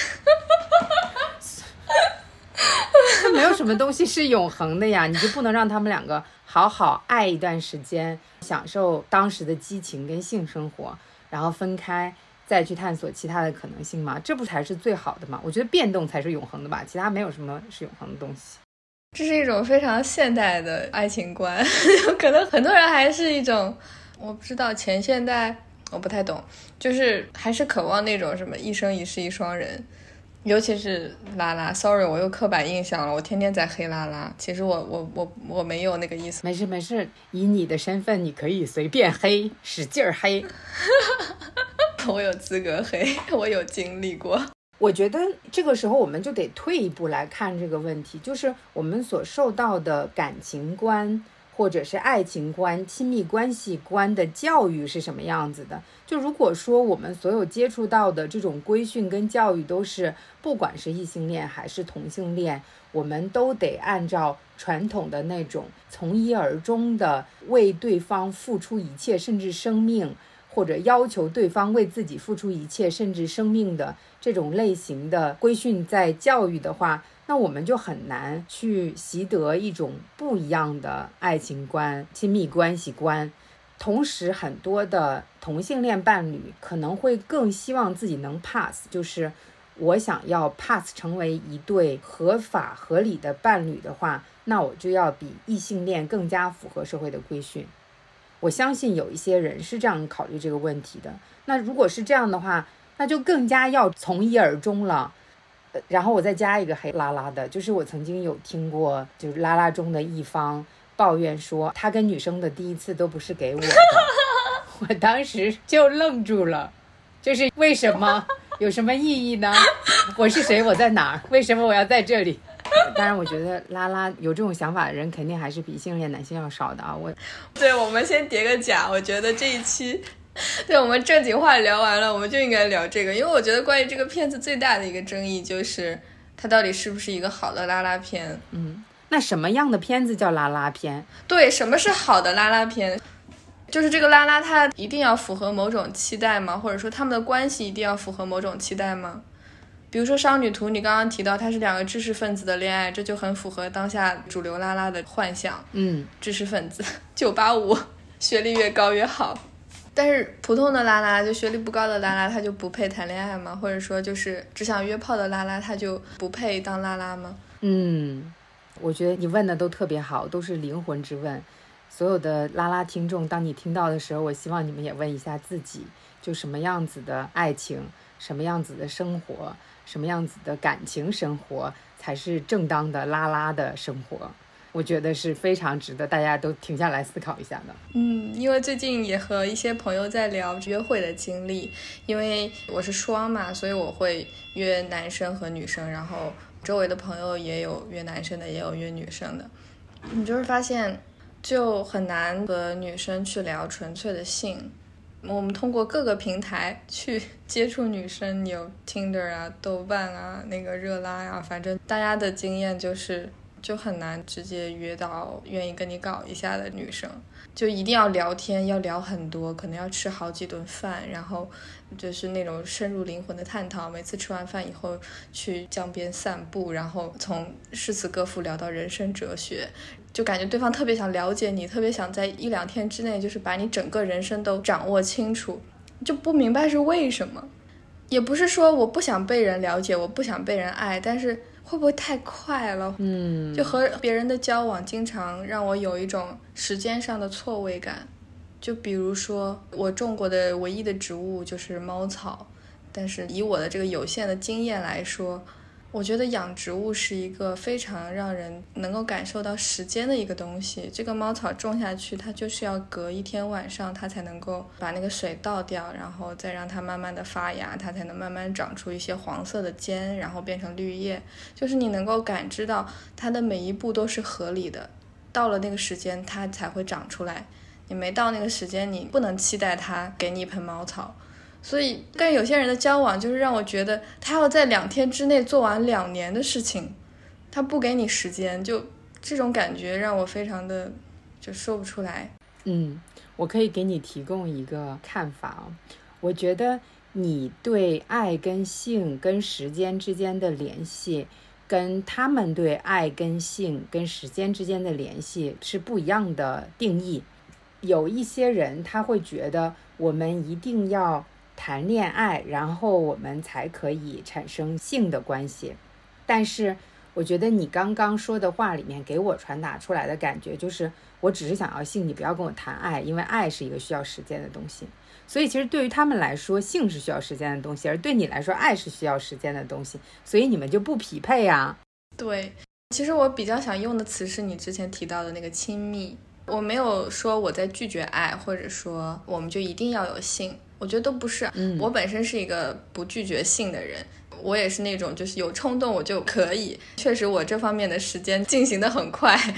没有什么东西是永恒的呀，你就不能让他们两个好好爱一段时间，享受当时的激情跟性生活，然后分开再去探索其他的可能性吗？这不才是最好的吗？我觉得变动才是永恒的吧，其他没有什么是永恒的东西。 这是一种非常现代的爱情观可能很多人还是一种，我不知道前现代我不太懂，就是还是渴望那种什么一生一世一双人，尤其是拉拉 sorry 我又刻板印象了，我天天在黑拉拉，其实我没有那个意思。 没事没事，以你的身份你可以随便黑，使劲黑我有资格黑，我有经历过。 我觉得这个时候我们就得退一步来看这个问题，就是我们所受到的感情观或者是爱情观、亲密关系观的教育是什么样子的。就如果说我们所有接触到的这种规训跟教育都是，不管是异性恋还是同性恋，我们都得按照传统的那种从一而终的为对方付出一切甚至生命，或者要求对方为自己付出一切甚至生命的这种类型的规训在教育的话，那我们就很难去习得一种不一样的爱情观、亲密关系观。同时很多的同性恋伴侣可能会更希望自己能 pass， 就是我想要 pass 成为一对合法合理的伴侣的话，那我就要比异性恋更加符合社会的规训。我相信有一些人是这样考虑这个问题的。那如果是这样的话，那就更加要从一而终了。然后我再加一个黑拉拉的，就是我曾经有听过，就是拉拉中的一方抱怨说他跟女生的第一次都不是给我的。我当时就愣住了，就是为什么？有什么意义呢？我是谁？我在哪儿？为什么我要在这里？当然我觉得拉拉有这种想法的人肯定还是比异性恋男性要少的啊。 对，我们先叠个甲。我觉得这一期对我们正经话聊完了，我们就应该聊这个，因为我觉得关于这个片子最大的一个争议就是它到底是不是一个好的拉拉片。 那什么样的片子叫拉拉片？ 对，什么是好的拉拉片？就是这个拉拉它一定要符合某种期待吗？或者说他们的关系一定要符合某种期待吗？比如说少女图，你刚刚提到它是两个知识分子的恋爱，这就很符合当下主流拉拉的幻想。知识分子985，学历越高越好。但是普通的拉拉，就学历不高的拉拉，他就不配谈恋爱吗？或者说就是只想约炮的拉拉，他就不配当拉拉吗？ 我觉得你问的都特别好，都是灵魂之问。所有的拉拉听众，当你听到的时候，我希望你们也问一下自己，就什么样子的爱情，什么样子的生活，什么样子的感情生活才是正当的拉拉的生活。我觉得是非常值得大家都停下来思考一下的。 因为最近也和一些朋友在聊约会的经历，因为我是双嘛，所以我会约男生和女生，然后周围的朋友也有约男生的，也有约女生的。你就是发现就很难和女生去聊纯粹的性。我们通过各个平台去接触女生，有 Tinder 啊、豆瓣啊、那个热拉啊，反正大家的经验就很难直接约到愿意跟你搞一下的女生，就一定要聊天，要聊很多，可能要吃好几顿饭，然后就是那种深入灵魂的探讨，每次吃完饭以后去江边散步，然后从诗词歌赋聊到人生哲学，就感觉对方特别想了解你，特别想在1-2天之内就是把你整个人生都掌握清楚，就不明白是为什么。也不是说我不想被人了解，我不想被人爱，但是会不会太快了？就和别人的交往经常让我有一种时间上的错位感。就比如说我种过的唯一的植物就是猫草，但是以我的这个有限的经验来说，我觉得养植物是一个非常让人能够感受到时间的一个东西。这个猫草种下去，它就是要隔一天晚上，它才能够把那个水倒掉，然后再让它慢慢的发芽，它才能慢慢长出一些黄色的尖，然后变成绿叶。就是你能够感知到它的每一步都是合理的，到了那个时间它才会长出来，你没到那个时间，你不能期待它给你一盆猫草。所以跟有些人的交往就是让我觉得他要在2天之内做完2年的事情，他不给你时间，就这种感觉让我非常的就说不出来。 我可以给你提供一个看法。我觉得你对爱跟性跟时间之间的联系，跟他们对爱跟性跟时间之间的联系是不一样的定义。有一些人他会觉得我们一定要谈恋爱，然后我们才可以产生性的关系。但是我觉得你刚刚说的话里面给我传达出来的感觉就是我只是想要性，你不要跟我谈爱，因为爱是一个需要时间的东西。所以其实对于他们来说性是需要时间的东西，而对你来说爱是需要时间的东西，所以你们就不匹配啊。 对，其实我比较想用的词是你之前提到的那个亲密。我没有说我在拒绝爱，或者说我们就一定要有性，我觉得都不是。我本身是一个不拒绝性的人，我也是那种就是有冲动我就可以，确实我这方面的时间进行得很快，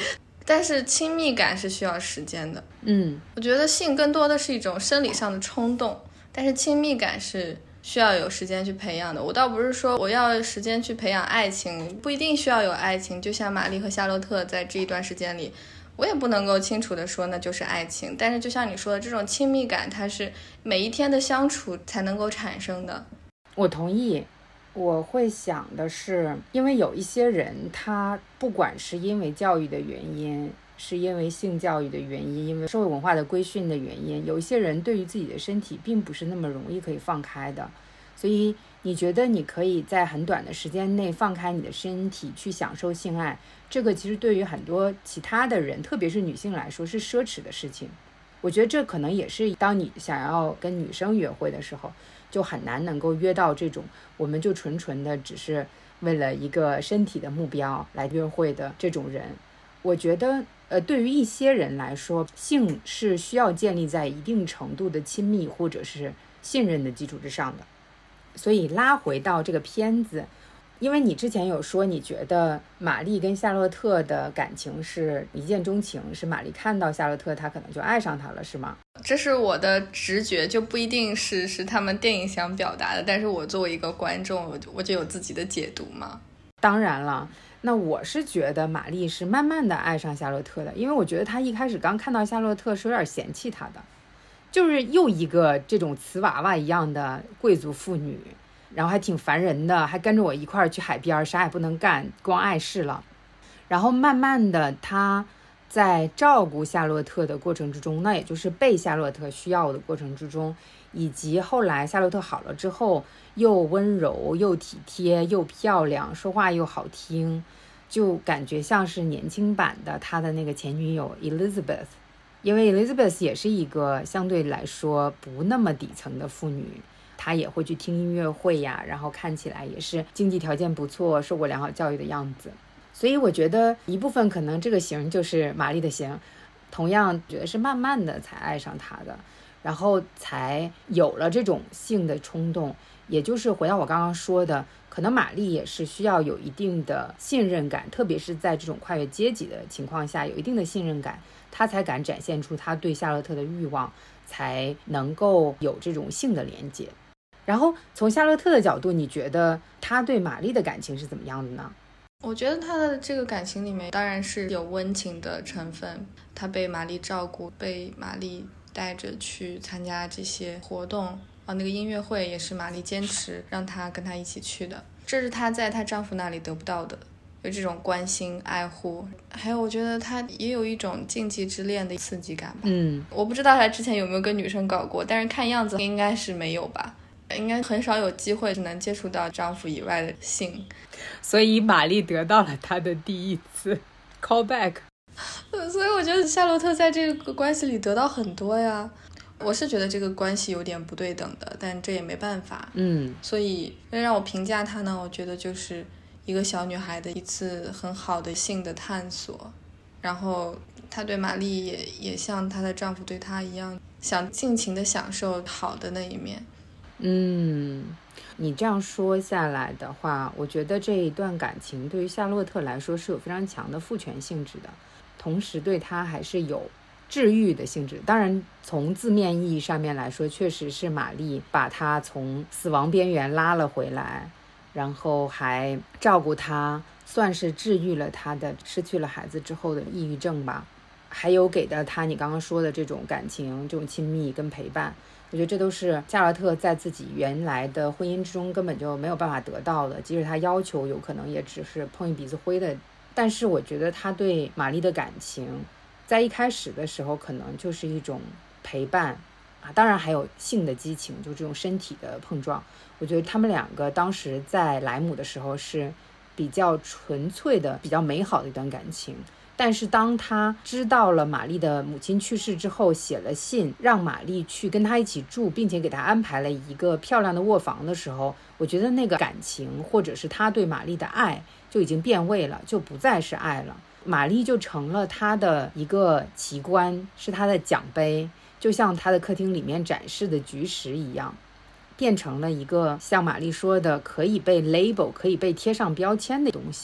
但是亲密感是需要时间的。 我觉得性更多的是一种生理上的冲动，但是亲密感是需要有时间去培养的。我倒不是说我要时间去培养爱情，不一定需要有爱情，就像玛丽和夏洛特在这一段时间里，我也不能够清楚的说那就是爱情，但是就像你说的，这种亲密感它是每一天的相处才能够产生的。 我同意。我会想的是，因为有一些人他不管是因为教育的原因，是因为性教育的原因，因为社会文化的规训的原因，有一些人对于自己的身体并不是那么容易可以放开的。所以你觉得你可以在很短的时间内放开你的身体去享受性爱，这个其实对于很多其他的人，特别是女性来说是奢侈的事情。我觉得这可能也是当你想要跟女生约会的时候，就很难能够约到这种我们就纯纯的只是为了一个身体的目标来约会的这种人。我觉得对于一些人来说，性是需要建立在一定程度的亲密或者是信任的基础之上的。所以拉回到这个片子，因为你之前有说你觉得玛丽跟夏洛特的感情是一见钟情，是玛丽看到夏洛特她可能就爱上他了，是吗？ 这是我的直觉，就不一定是他们电影想表达的，但是我作为一个观众，我就有自己的解读嘛。 当然了，那我是觉得玛丽是慢慢的爱上夏洛特的，因为我觉得她一开始刚看到夏洛特是有点嫌弃他的，就是又一个这种瓷娃娃一样的贵族妇女，然后还挺烦人的，还跟着我一块儿去海边，啥也不能干，光碍事了。然后慢慢的她在照顾夏洛特的过程之中，那也就是被夏洛特需要的过程之中，以及后来夏洛特好了之后，又温柔又体贴又漂亮，说话又好听，就感觉像是年轻版的他的那个前女友 Elizabeth。 因为 Elizabeth 也是一个相对来说不那么底层的妇女，她也会去听音乐会呀，然后看起来也是经济条件不错，受过良好教育的样子。所以我觉得一部分可能这个型就是玛丽的型，同样觉得是慢慢的才爱上他的，然后才有了这种性的冲动。也就是回到我刚刚说的，可能玛丽也是需要有一定的信任感，特别是在这种跨越阶级的情况下，有一定的信任感，他才敢展现出他对夏洛特的欲望，才能够有这种性的连接。然后从夏洛特的角度，你觉得他对玛丽的感情是怎么样的呢？ 我觉得他的这个感情里面当然是有温情的成分，他被玛丽照顾，被玛丽带着去参加这些活动，那个音乐会也是玛丽坚持让他跟他一起去的，这是她在她丈夫那里得不到的，有这种关心爱护。还有我觉得他也有一种禁忌之恋的刺激感吧。我不知道他之前有没有跟女生搞过，但是看样子应该是没有吧，应该很少有机会能接触到丈夫以外的性， 所以玛丽得到了她的第一次 callback。 所以我觉得夏洛特在这个关系里得到很多呀。我是觉得这个关系有点不对等的，但这也没办法。所以让我评价她呢，我觉得就是一个小女孩的一次很好的性的探索，然后她对玛丽也像她的丈夫对她一样，想尽情的享受好的那一面。 你这样说下来的话，我觉得这一段感情对于夏洛特来说是有非常强的父权性质的，同时对她还是有治愈的性质。当然从字面意义上面来说，确实是玛丽把她从死亡边缘拉了回来，然后还照顾她，算是治愈了她的失去了孩子之后的抑郁症吧，还有给到她你刚刚说的这种感情，这种亲密跟陪伴。我觉得这都是夏洛特在自己原来的婚姻之中根本就没有办法得到的，即使他要求有可能也只是碰一鼻子灰的。但是我觉得他对玛丽的感情在一开始的时候可能就是一种陪伴啊，当然还有性的激情，就这种身体的碰撞。我觉得他们两个当时在莱姆的时候是比较纯粹的，比较美好的一段感情。但是当他知道了玛丽的母亲去世之后，写了信让玛丽去跟他一起住，并且给他安排了一个漂亮的卧房的时候，我觉得那个感情或者是他对玛丽的爱就已经变味了，就不再是爱了。玛丽就成了他的一个奇观，是他的奖杯，就像他的客厅里面展示的菊石一样，变成了一个像玛丽说的可以被 label 可以被贴上标签的东西，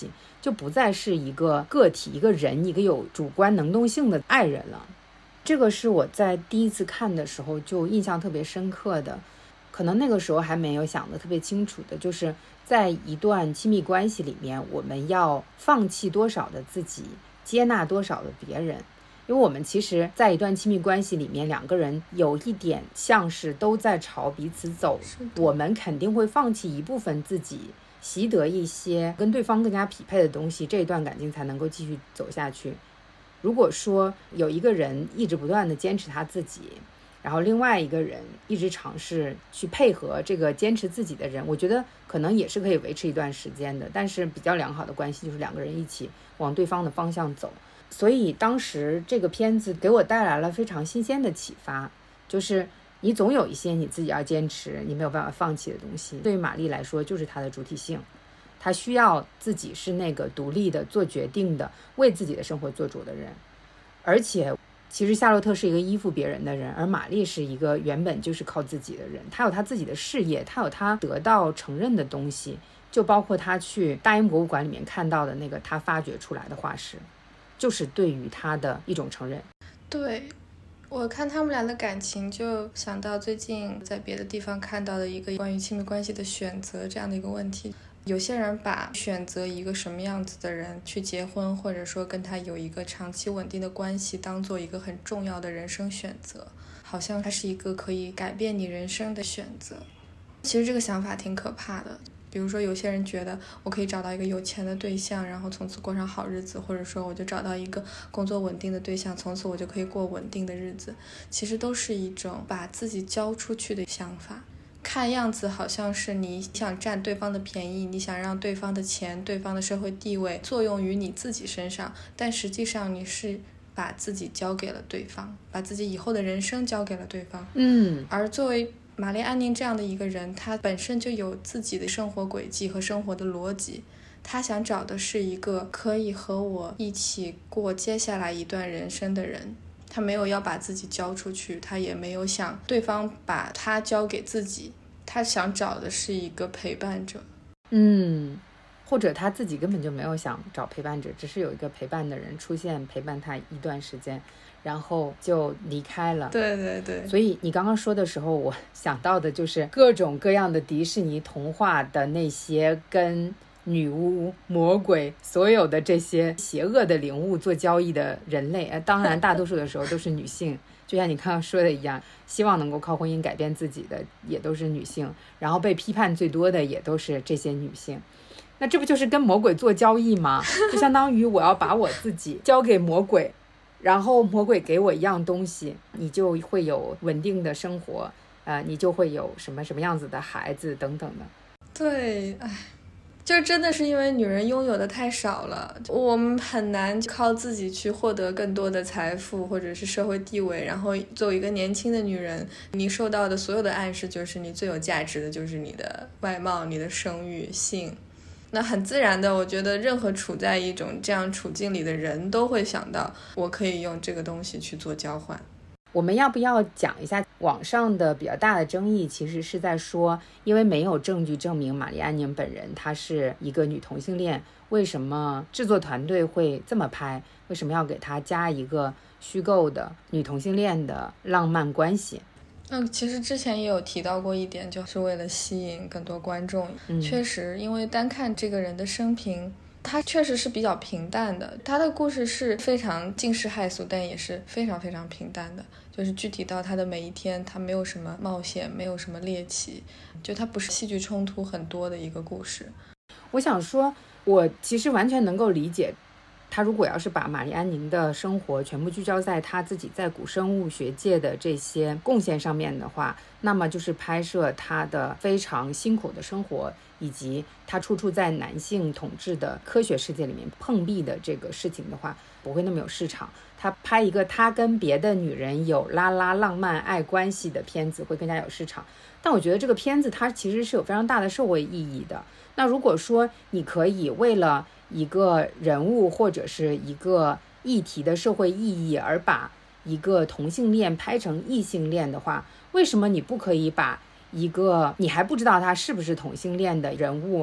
就不再是一个个体、一个人、一个有主观能动性的爱人了。这个是我在第一次看的时候就印象特别深刻的，可能那个时候还没有想得特别清楚的，就是在一段亲密关系里面，我们要放弃多少的自己，接纳多少的别人。因为我们其实在一段亲密关系里面，两个人有一点像是都在朝彼此走，我们肯定会放弃一部分自己，习得一些跟对方更加匹配的东西，这一段感情才能够继续走下去。如果说有一个人一直不断的坚持他自己，然后另外一个人一直尝试去配合这个坚持自己的人，我觉得可能也是可以维持一段时间的，但是比较良好的关系就是两个人一起往对方的方向走。所以当时这个片子给我带来了非常新鲜的启发，就是你总有一些你自己要坚持你没有办法放弃的东西。对于玛丽来说就是她的主体性，她需要自己是那个独立的做决定的为自己的生活做主的人。而且其实夏洛特是一个依附别人的人，而玛丽是一个原本就是靠自己的人，她有她自己的事业，她有她得到承认的东西，就包括她去大英博物馆里面看到的那个她发掘出来的化石，就是对于她的一种承认。 对，我看他们俩的感情就想到最近在别的地方看到的一个关于亲密关系的选择这样的一个问题。有些人把选择一个什么样子的人去结婚，或者说跟他有一个长期稳定的关系当做一个很重要的人生选择，好像它是一个可以改变你人生的选择。其实这个想法挺可怕的。比如说有些人觉得我可以找到一个有钱的对象，然后从此过上好日子，或者说我就找到一个工作稳定的对象，从此我就可以过稳定的日子，其实都是一种把自己交出去的想法。看样子好像是你想占对方的便宜，你想让对方的钱、对方的社会地位作用于你自己身上，但实际上你是把自己交给了对方，把自己以后的人生交给了对方。而作为玛丽安宁这样的一个人，她本身就有自己的生活轨迹和生活的逻辑，她想找的是一个可以和我一起过接下来一段人生的人。他没有要把自己交出去，他也没有想对方把他交给自己，他想找的是一个陪伴者。 或者他自己根本就没有想找陪伴者，只是有一个陪伴的人出现陪伴他一段时间，然后就离开了。 对对对， 所以你刚刚说的时候，我想到的就是各种各样的迪士尼童话的那些跟女巫、魔鬼所有的这些邪恶的灵物做交易的人类，当然大多数的时候都是女性就像你刚刚说的一样，希望能够靠婚姻改变自己的也都是女性，然后被批判最多的也都是这些女性。那这不就是跟魔鬼做交易吗？就相当于我要把我自己交给魔鬼，然后魔鬼给我一样东西，你就会有稳定的生活，你就会有什么什么样子的孩子等等的。 对，就真的是因为女人拥有的太少了，我们很难靠自己去获得更多的财富或者是社会地位。然后作为一个年轻的女人，你受到的所有的暗示就是你最有价值的就是你的外貌、你的生育、性。那很自然的，我觉得任何处在一种这样处境里的人都会想到，我可以用这个东西去做交换。 我们要不要讲一下网上的比较大的争议，其实是在说，因为没有证据证明玛丽安宁本人她是一个女同性恋，为什么制作团队会这么拍？为什么要给她加一个虚构的女同性恋的浪漫关系？ 其实之前也有提到过一点，就是为了吸引更多观众。确实，因为单看这个人的生平，他确实是比较平淡的，他的故事是非常惊世骇俗，但也是非常非常平淡的。就是具体到他的每一天，他没有什么冒险，没有什么猎奇，就他不是戏剧冲突很多的一个故事。 我想说，我其实完全能够理解，他如果要是把玛丽安宁的生活全部聚焦在他自己在古生物学界的这些贡献上面的话，那么就是拍摄他的非常辛苦的生活，以及他处处在男性统治的科学世界里面碰壁的这个事情的话，不会那么有市场。他拍一个他跟别的女人有拉拉浪漫爱关系的片子会更加有市场。但我觉得这个片子它其实是有非常大的社会意义的。那如果说你可以为了一个人物或者是一个议题的社会意义而把一个同性恋拍成异性恋的话，为什么你不可以把一个你还不知道他是不是同性恋的人物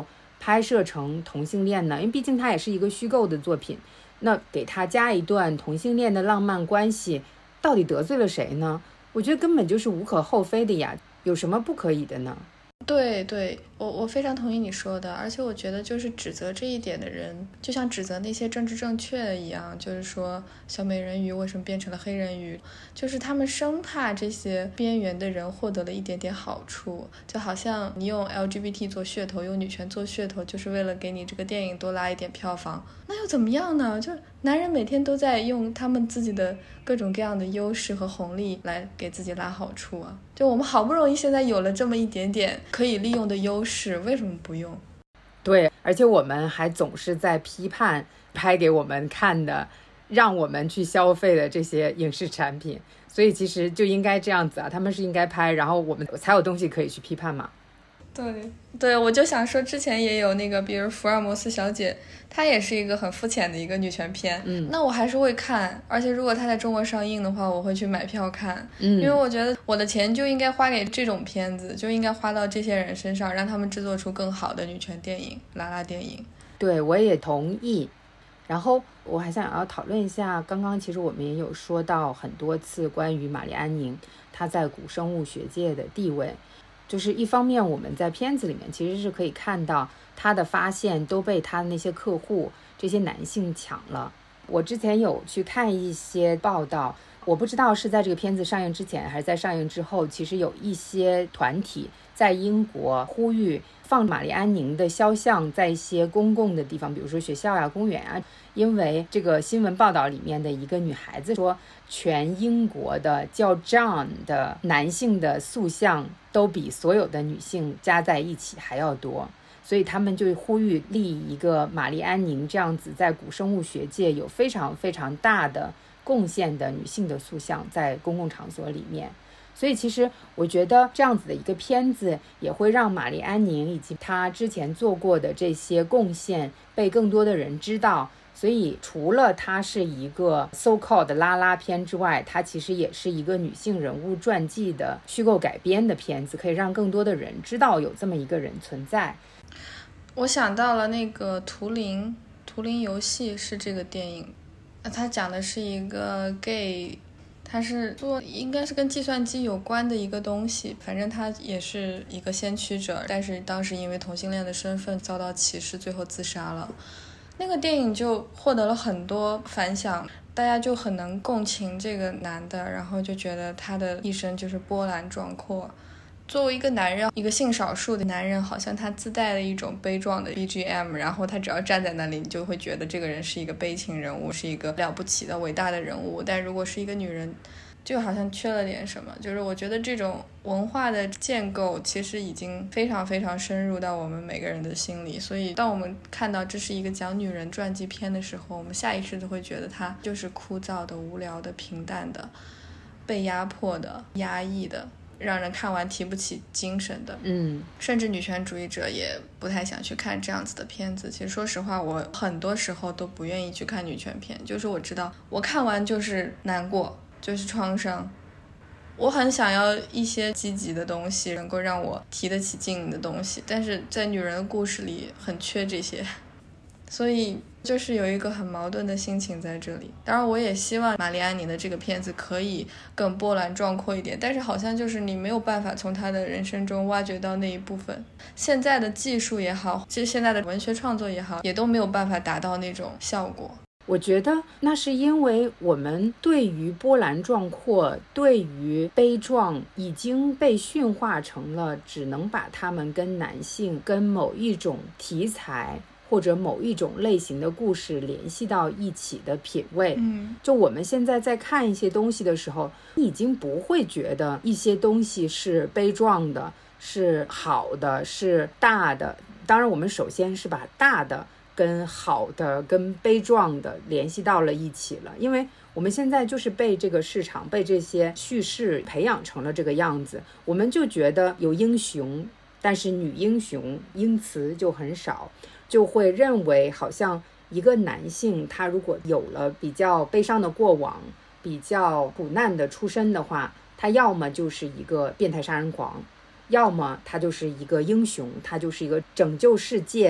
拍摄成同性恋呢？因为毕竟它也是一个虚构的作品，那给他加一段同性恋的浪漫关系，到底得罪了谁呢？我觉得根本就是无可厚非的呀，有什么不可以的呢？ 对对，我非常同意你说的，而且我觉得就是指责这一点的人，就像指责那些政治正确的一样，就是说小美人鱼为什么变成了黑人鱼，就是他们生怕这些边缘的人获得了一点点好处，就好像你用 LGBT 做噱头，用女权做噱头，就是为了给你这个电影多拉一点票房，那又怎么样呢？就男人每天都在用他们自己的各种各样的优势和红利来给自己拉好处啊！就我们好不容易现在有了这么一点点可以利用的优势，为什么不用？ 对，而且我们还总是在批判拍给我们看的，让我们去消费的这些影视产品，所以其实就应该这样子啊，他们是应该拍，然后我们才有东西可以去批判嘛。 对，我就想说，之前也有那个，比如福尔摩斯小姐，她也是一个很肤浅的一个女权片，那我还是会看，而且如果她在中国上映的话，我会去买票看，因为我觉得我的钱就应该花给这种片子，就应该花到这些人身上，让他们制作出更好的女权电影、拉拉电影。 对，我也同意。然后我还想要讨论一下，刚刚其实我们也有说到很多次关于玛丽安宁她在古生物学界的地位。就是一方面我们在片子里面其实是可以看到他的发现都被他的那些客户这些男性抢了。我之前有去看一些报道，我不知道是在这个片子上映之前还是在上映之后，其实有一些团体在英国呼吁放玛丽安宁的肖像在一些公共的地方，比如说学校啊、公园啊，因为这个新闻报道里面的一个女孩子说，全英国的叫 John 的男性的塑像都比所有的女性加在一起还要多，所以他们就呼吁立一个玛丽安宁这样子在古生物学界有非常非常大的贡献的女性的塑像在公共场所里面。所以其实我觉得这样子的一个片子也会让玛丽安宁以及她之前做过的这些贡献被更多的人知道。所以除了它是一个 so-called 拉拉片之外，它其实也是一个女性人物传记的虚构改编的片子，可以让更多的人知道有这么一个人存在。 我想到了那个图灵游戏是这个电影，它讲的是一个 gay， 他是做应该是跟计算机有关的一个东西，反正他也是一个先驱者，但是当时因为同性恋的身份遭到歧视，最后自杀了。那个电影就获得了很多反响，大家就很能共情这个男的，然后就觉得他的一生就是波澜壮阔。作为一个男人，一个性少数的男人，好像他自带了一种悲壮的 BGM， 然后他只要站在那里，你就会觉得这个人是一个悲情人物，是一个了不起的伟大的人物。但如果是一个女人，就好像缺了点什么。就是我觉得这种文化的建构其实已经非常非常深入到我们每个人的心里，所以当我们看到这是一个讲女人传记片的时候，我们下意识都会觉得它就是枯燥的、无聊的、平淡的、被压迫的、压抑的，让人看完提不起精神的。甚至女权主义者也不太想去看这样子的片子。其实说实话，我很多时候都不愿意去看女权片，就是我知道我看完就是难过，就是创伤。我很想要一些积极的东西，能够让我提得起劲的东西，但是在女人的故事里很缺这些，所以就是有一个很矛盾的心情在这里。当然我也希望玛丽安妮的这个片子可以更波澜壮阔一点，但是好像就是你没有办法从她的人生中挖掘到那一部分。现在的技术也好，其实现在的文学创作也好，也都没有办法达到那种效果。 我觉得那是因为我们对于波澜壮阔、对于悲壮已经被驯化成了只能把他们跟男性、跟某一种题材或者某一种类型的故事联系到一起的品味。就我们现在在看一些东西的时候，已经不会觉得一些东西是悲壮的、是好的、是大的。当然我们首先是把大的跟好的跟悲壮的联系到了一起了，因为我们现在就是被这个市场被这些叙事培养成了这个样子，我们就觉得有英雄，但是女英雄英词就很少，就会认为好像一个男性他如果有了比较悲伤的过往，比较苦难的出身的话，他要么就是一个变态杀人狂，要么他就是一个英雄，他就是一个拯救世界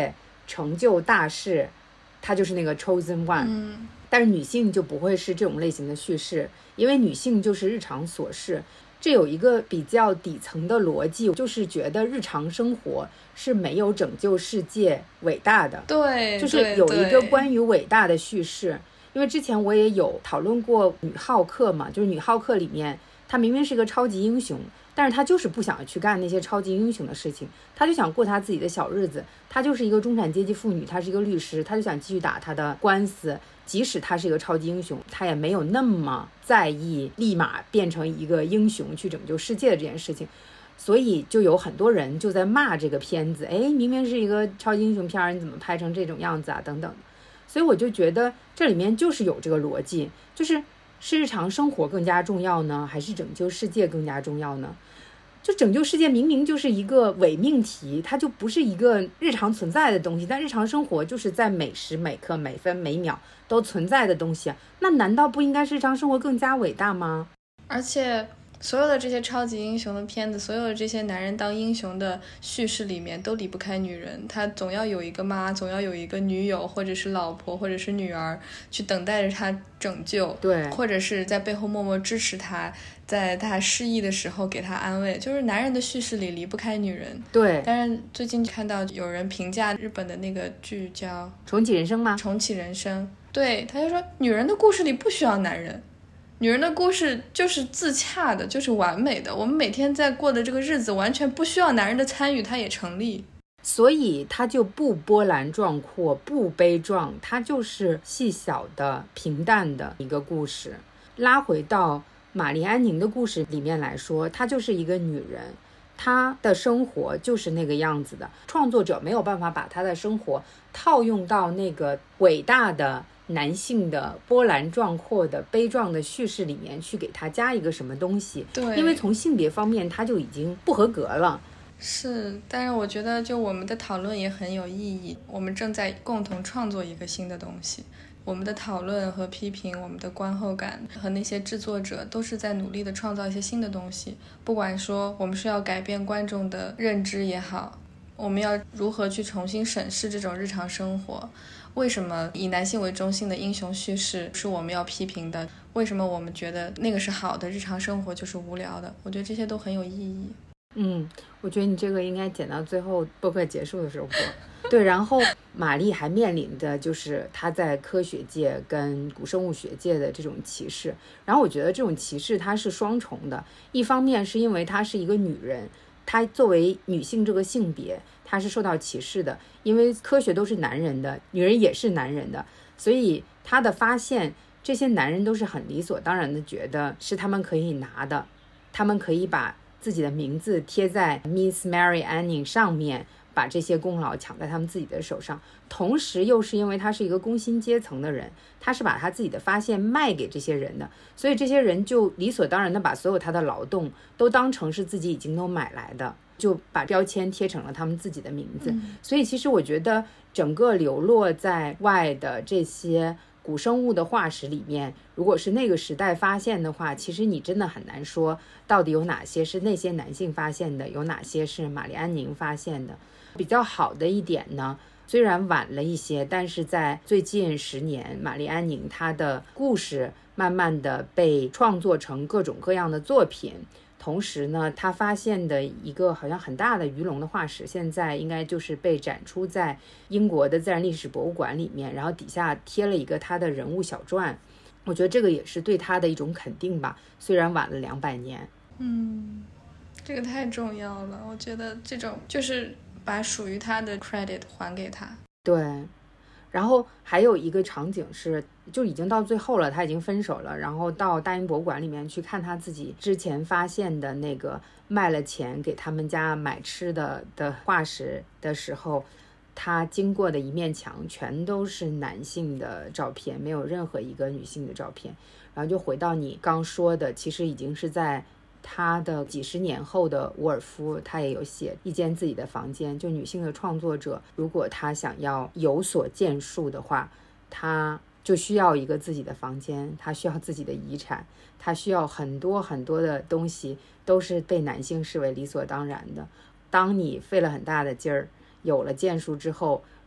成就大事，她就是那个 chosen one。但是女性就不会是这种类型的叙事，因为女性就是日常琐事。这有一个比较底层的逻辑，就是觉得日常生活是没有拯救世界伟大的。 对， 就是有一个关于伟大的叙事。因为之前我也有讨论过女浩克嘛，就是女浩克里面她明明是一个超级英雄，但是她就是不想去干那些超级英雄的事情，她就想过她自己的小日子。她就是一个中产阶级妇女，她是一个律师，她就想继续打她的官司。即使她是一个超级英雄，她也没有那么在意立马变成一个英雄去拯救世界的这件事情。所以就有很多人就在骂这个片子，明明是一个超级英雄片，你怎么拍成这种样子啊等等。所以我就觉得这里面就是有这个逻辑，就是日常生活更加重要呢，还是拯救世界更加重要呢？就拯救世界明明就是一个伪命题，它就不是一个日常存在的东西，但日常生活就是在每时每刻每分每秒都存在的东西，那难道不应该是日常生活更加伟大吗？ 而且所有的这些超级英雄的片子，所有的这些男人当英雄的叙事里面都离不开女人，他总要有一个妈，总要有一个女友或者是老婆或者是女儿去等待着他拯救， 对， 或者是在背后默默支持他，在他失意的时候给他安慰。就是男人的叙事里离不开女人。 对， 但是最近看到有人评价日本的那个剧叫重启人生吗？ 重启人生，对，他就说女人的故事里不需要男人，女人的故事就是自洽的，就是完美的，我们每天在过的这个日子完全不需要男人的参与，它也成立。 所以它就不波澜壮阔，不悲壮，它就是细小的平淡的一个故事。拉回到玛丽安宁的故事里面来说，她就是一个女人，她的生活就是那个样子的。创作者没有办法把她的生活套用到那个伟大的男性的波澜壮阔的悲壮的叙事里面去给他加一个什么东西。 对， 因为从性别方面他就已经不合格了。 是，但是我觉得就我们的讨论也很有意义，我们正在共同创作一个新的东西。我们的讨论和批评，我们的观后感和那些制作者都是在努力的创造一些新的东西。不管说我们是要改变观众的认知也好，我们要如何去重新审视这种日常生活，为什么以男性为中心的英雄叙事是我们要批评的，为什么我们觉得那个是好的，日常生活就是无聊的，我觉得这些都很有意义。 我觉得你这个应该剪到最后播客结束的时候播。对，然后玛丽还面临的就是她在科学界跟古生物学界的这种歧视。然后我觉得这种歧视它是双重的，一方面是因为她是一个女人，她作为女性这个性别她是受到歧视的，因为科学都是男人的，女人也是男人的，所以她的发现这些男人都是很理所当然的觉得是他们可以拿的，他们可以把自己的名字贴在 Miss Mary Anning 上面，把这些功劳抢在他们自己的手上。同时又是因为他是一个工薪阶层的人，他是把他自己的发现卖给这些人的，所以这些人就理所当然的把所有他的劳动都当成是自己已经都买来的，就把标签贴成了他们自己的名字。所以其实我觉得整个流落在外的这些古生物的化石里面，如果是那个时代发现的话，其实你真的很难说到底有哪些是那些男性发现的，有哪些是玛丽安宁发现的。比较好的一点呢，虽然晚了一些，但是在最近10年，玛丽安宁她的故事慢慢的被创作成各种各样的作品。同时呢，他发现的一个好像很大的鱼龙的化石，现在应该就是被展出在英国的自然历史博物馆里面，然后底下贴了一个他的人物小传。我觉得这个也是对他的一种肯定吧，虽然晚了200年。 这个太重要了，我觉得这种就是把属于他的 credit 还给他。 对，然后还有一个场景是就已经到最后了，他已经分手了，然后到大英博物馆里面去看他自己之前发现的那个卖了钱给他们家买吃的化石的时候，他经过的一面墙全都是男性的照片，没有任何一个女性的照片。然后就回到你刚说的，其实已经是在他的几十年后的伍尔夫，他也有写一间自己的房间。就女性的创作者，如果她想要有所建树的话，她就需要一个自己的房间，她需要自己的遗产，她需要很多很多的东西都是被男性视为理所当然的。当你费了很大的劲儿有了建树之后，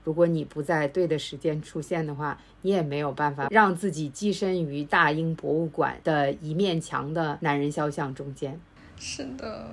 如果你不在对的时间出现的话，你也没有办法让自己跻身于大英博物馆的一面墙的男人肖像中间。 是的，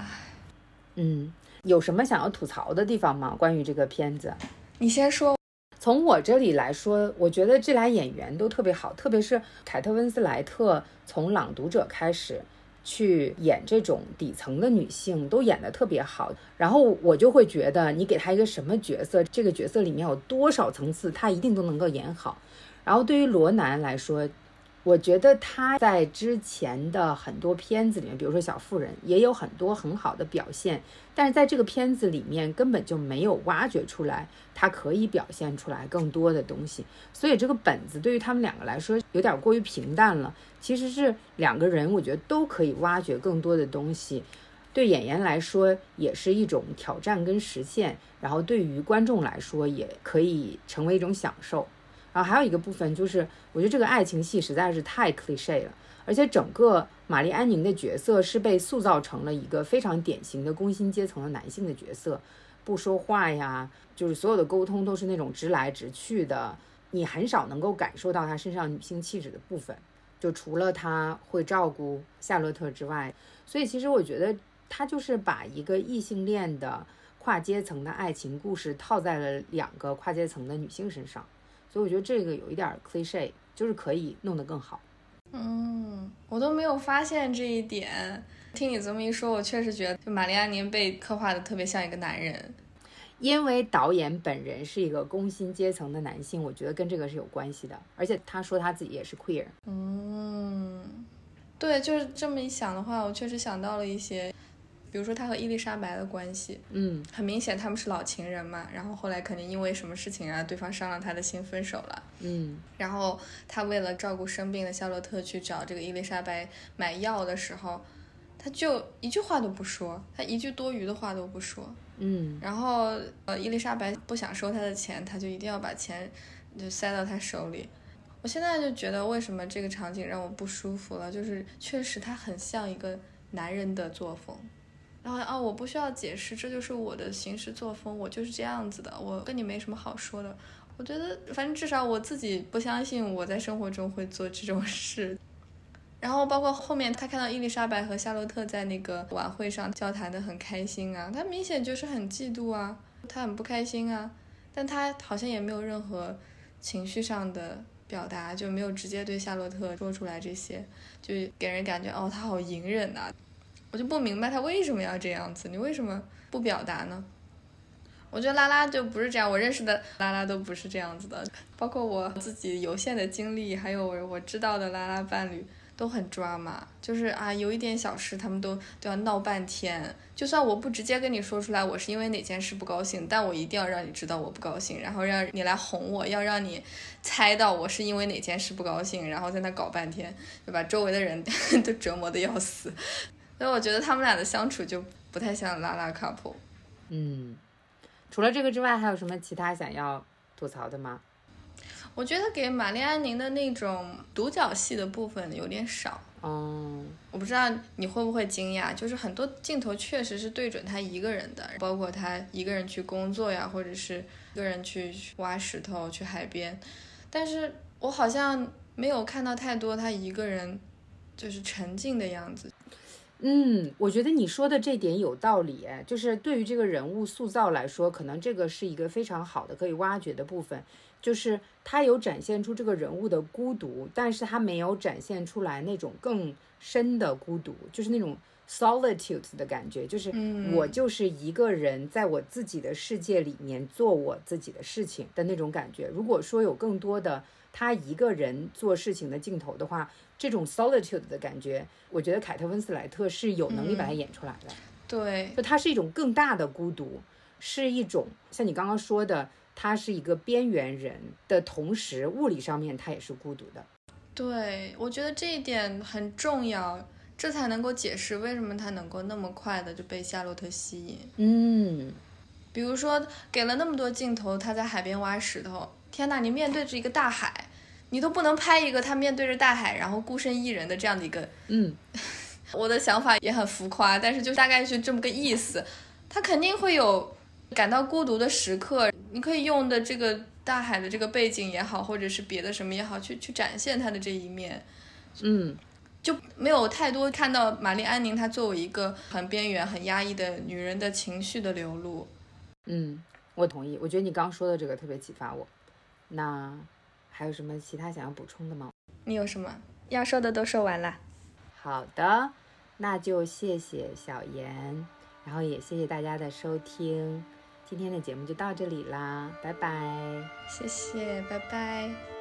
有什么想要吐槽的地方吗？关于这个片子， 你先说。 从我这里来说，我觉得这俩演员都特别好，特别是凯特温斯莱特从《朗读者》开始去演这种底层的女性，都演得特别好。然后我就会觉得，你给她一个什么角色，这个角色里面有多少层次，她一定都能够演好。然后对于罗南来说，我觉得他在之前的很多片子里面，比如说《小妇人》，也有很多很好的表现，但是在这个片子里面根本就没有挖掘出来他可以表现出来更多的东西，所以这个本子对于他们两个来说有点过于平淡了。其实是两个人我觉得都可以挖掘更多的东西，对演员来说也是一种挑战跟实现，然后对于观众来说也可以成为一种享受。然后还有一个部分就是，我觉得这个爱情戏实在是太 cliché 了，而且整个玛丽安宁的角色是被塑造成了一个非常典型的工薪阶层的男性的角色，不说话呀，就是所有的沟通都是那种直来直去的，你很少能够感受到他身上女性气质的部分，就除了他会照顾夏洛特之外。所以其实我觉得他就是把一个异性恋的跨阶层的爱情故事套在了两个跨阶层的女性身上，所以我觉得这个有一点 cliché， 就是可以弄得更好。 我都没有发现这一点，听你这么一说，我确实觉得就玛丽安宁被刻画的特别像一个男人。 因为导演本人是一个工薪阶层的男性，我觉得跟这个是有关系的，而且他说他自己也是 queer。 对，就是这么一想的话，我确实想到了一些，比如说他和伊丽莎白的关系，很明显他们是老情人嘛，然后后来肯定因为什么事情啊，对方伤了他的心分手了，然后他为了照顾生病的夏洛特去找这个伊丽莎白买药的时候，他就一句话都不说，他一句多余的话都不说，然后伊丽莎白不想收他的钱，他就一定要把钱就塞到他手里。我现在就觉得为什么这个场景让我不舒服了，就是确实他很像一个男人的作风，然后我不需要解释，这就是我的行事作风，我就是这样子的，我跟你没什么好说的。我觉得反正至少我自己不相信我在生活中会做这种事。然后包括后面他看到伊丽莎白和夏洛特在那个晚会上交谈的很开心啊，他明显就是很嫉妒啊，他很不开心啊，但他好像也没有任何情绪上的表达，就没有直接对夏洛特说出来这些，就给人感觉他好隐忍啊。我就不明白他为什么要这样子，你为什么不表达呢？我觉得拉拉就不是这样，我认识的拉拉都不是这样子的，包括我自己有限的经历，还有我知道的拉拉伴侣都很抓马，就是有一点小事他们都要闹半天，就算我不直接跟你说出来我是因为哪件事不高兴，但我一定要让你知道我不高兴，然后让你来哄我，要让你猜到我是因为哪件事不高兴，然后在那搞半天，就把周围的人都折磨得要死。所以我觉得他们俩的相处就不太像拉拉 couple。 除了这个之外，还有什么其他想要吐槽的吗？ 我觉得给玛丽安宁的那种独角戏的部分有点少。我不知道你会不会惊讶，就是很多镜头确实是对准他一个人的，包括他一个人去工作呀，或者是一个人去挖石头去海边，但是我好像没有看到太多他一个人就是沉浸的样子。 我觉得你说的这点有道理，就是对于这个人物塑造来说，可能这个是一个非常好的可以挖掘的部分，就是他有展现出这个人物的孤独，但是他没有展现出来那种更深的孤独，就是那种 solitude 的感觉，就是我就是一个人在我自己的世界里面做我自己的事情的那种感觉。如果说有更多的他一个人做事情的镜头的话，这种 solitude 的感觉，我觉得凯特温斯莱特是有能力把它演出来的。 对， 就它是一种更大的孤独，是一种像你刚刚说的，他是一个边缘人的同时，物理上面他也是孤独的。 对，我觉得这一点很重要，这才能够解释为什么他能够那么快的就被夏洛特吸引。比如说给了那么多镜头他在海边挖石头，天哪，你面对着一个大海，你都不能拍一个他面对着大海然后孤身一人的这样的一个我的想法也很浮夸，但是就大概是这么个意思。他肯定会有感到孤独的时刻， 你可以用的这个大海的这个背景也好，或者是别的什么也好，去展现他的这一面。就没有太多看到玛丽安宁她作为一个很边缘很压抑的女人的情绪的流露。 我同意，我觉得你刚说的这个特别启发我。那还有什么其他想要补充的吗？ 你有什么要说的都说完了。 好的，那就谢谢小妍，然后也谢谢大家的收听，今天的节目就到这里啦，拜拜。 谢谢，拜拜。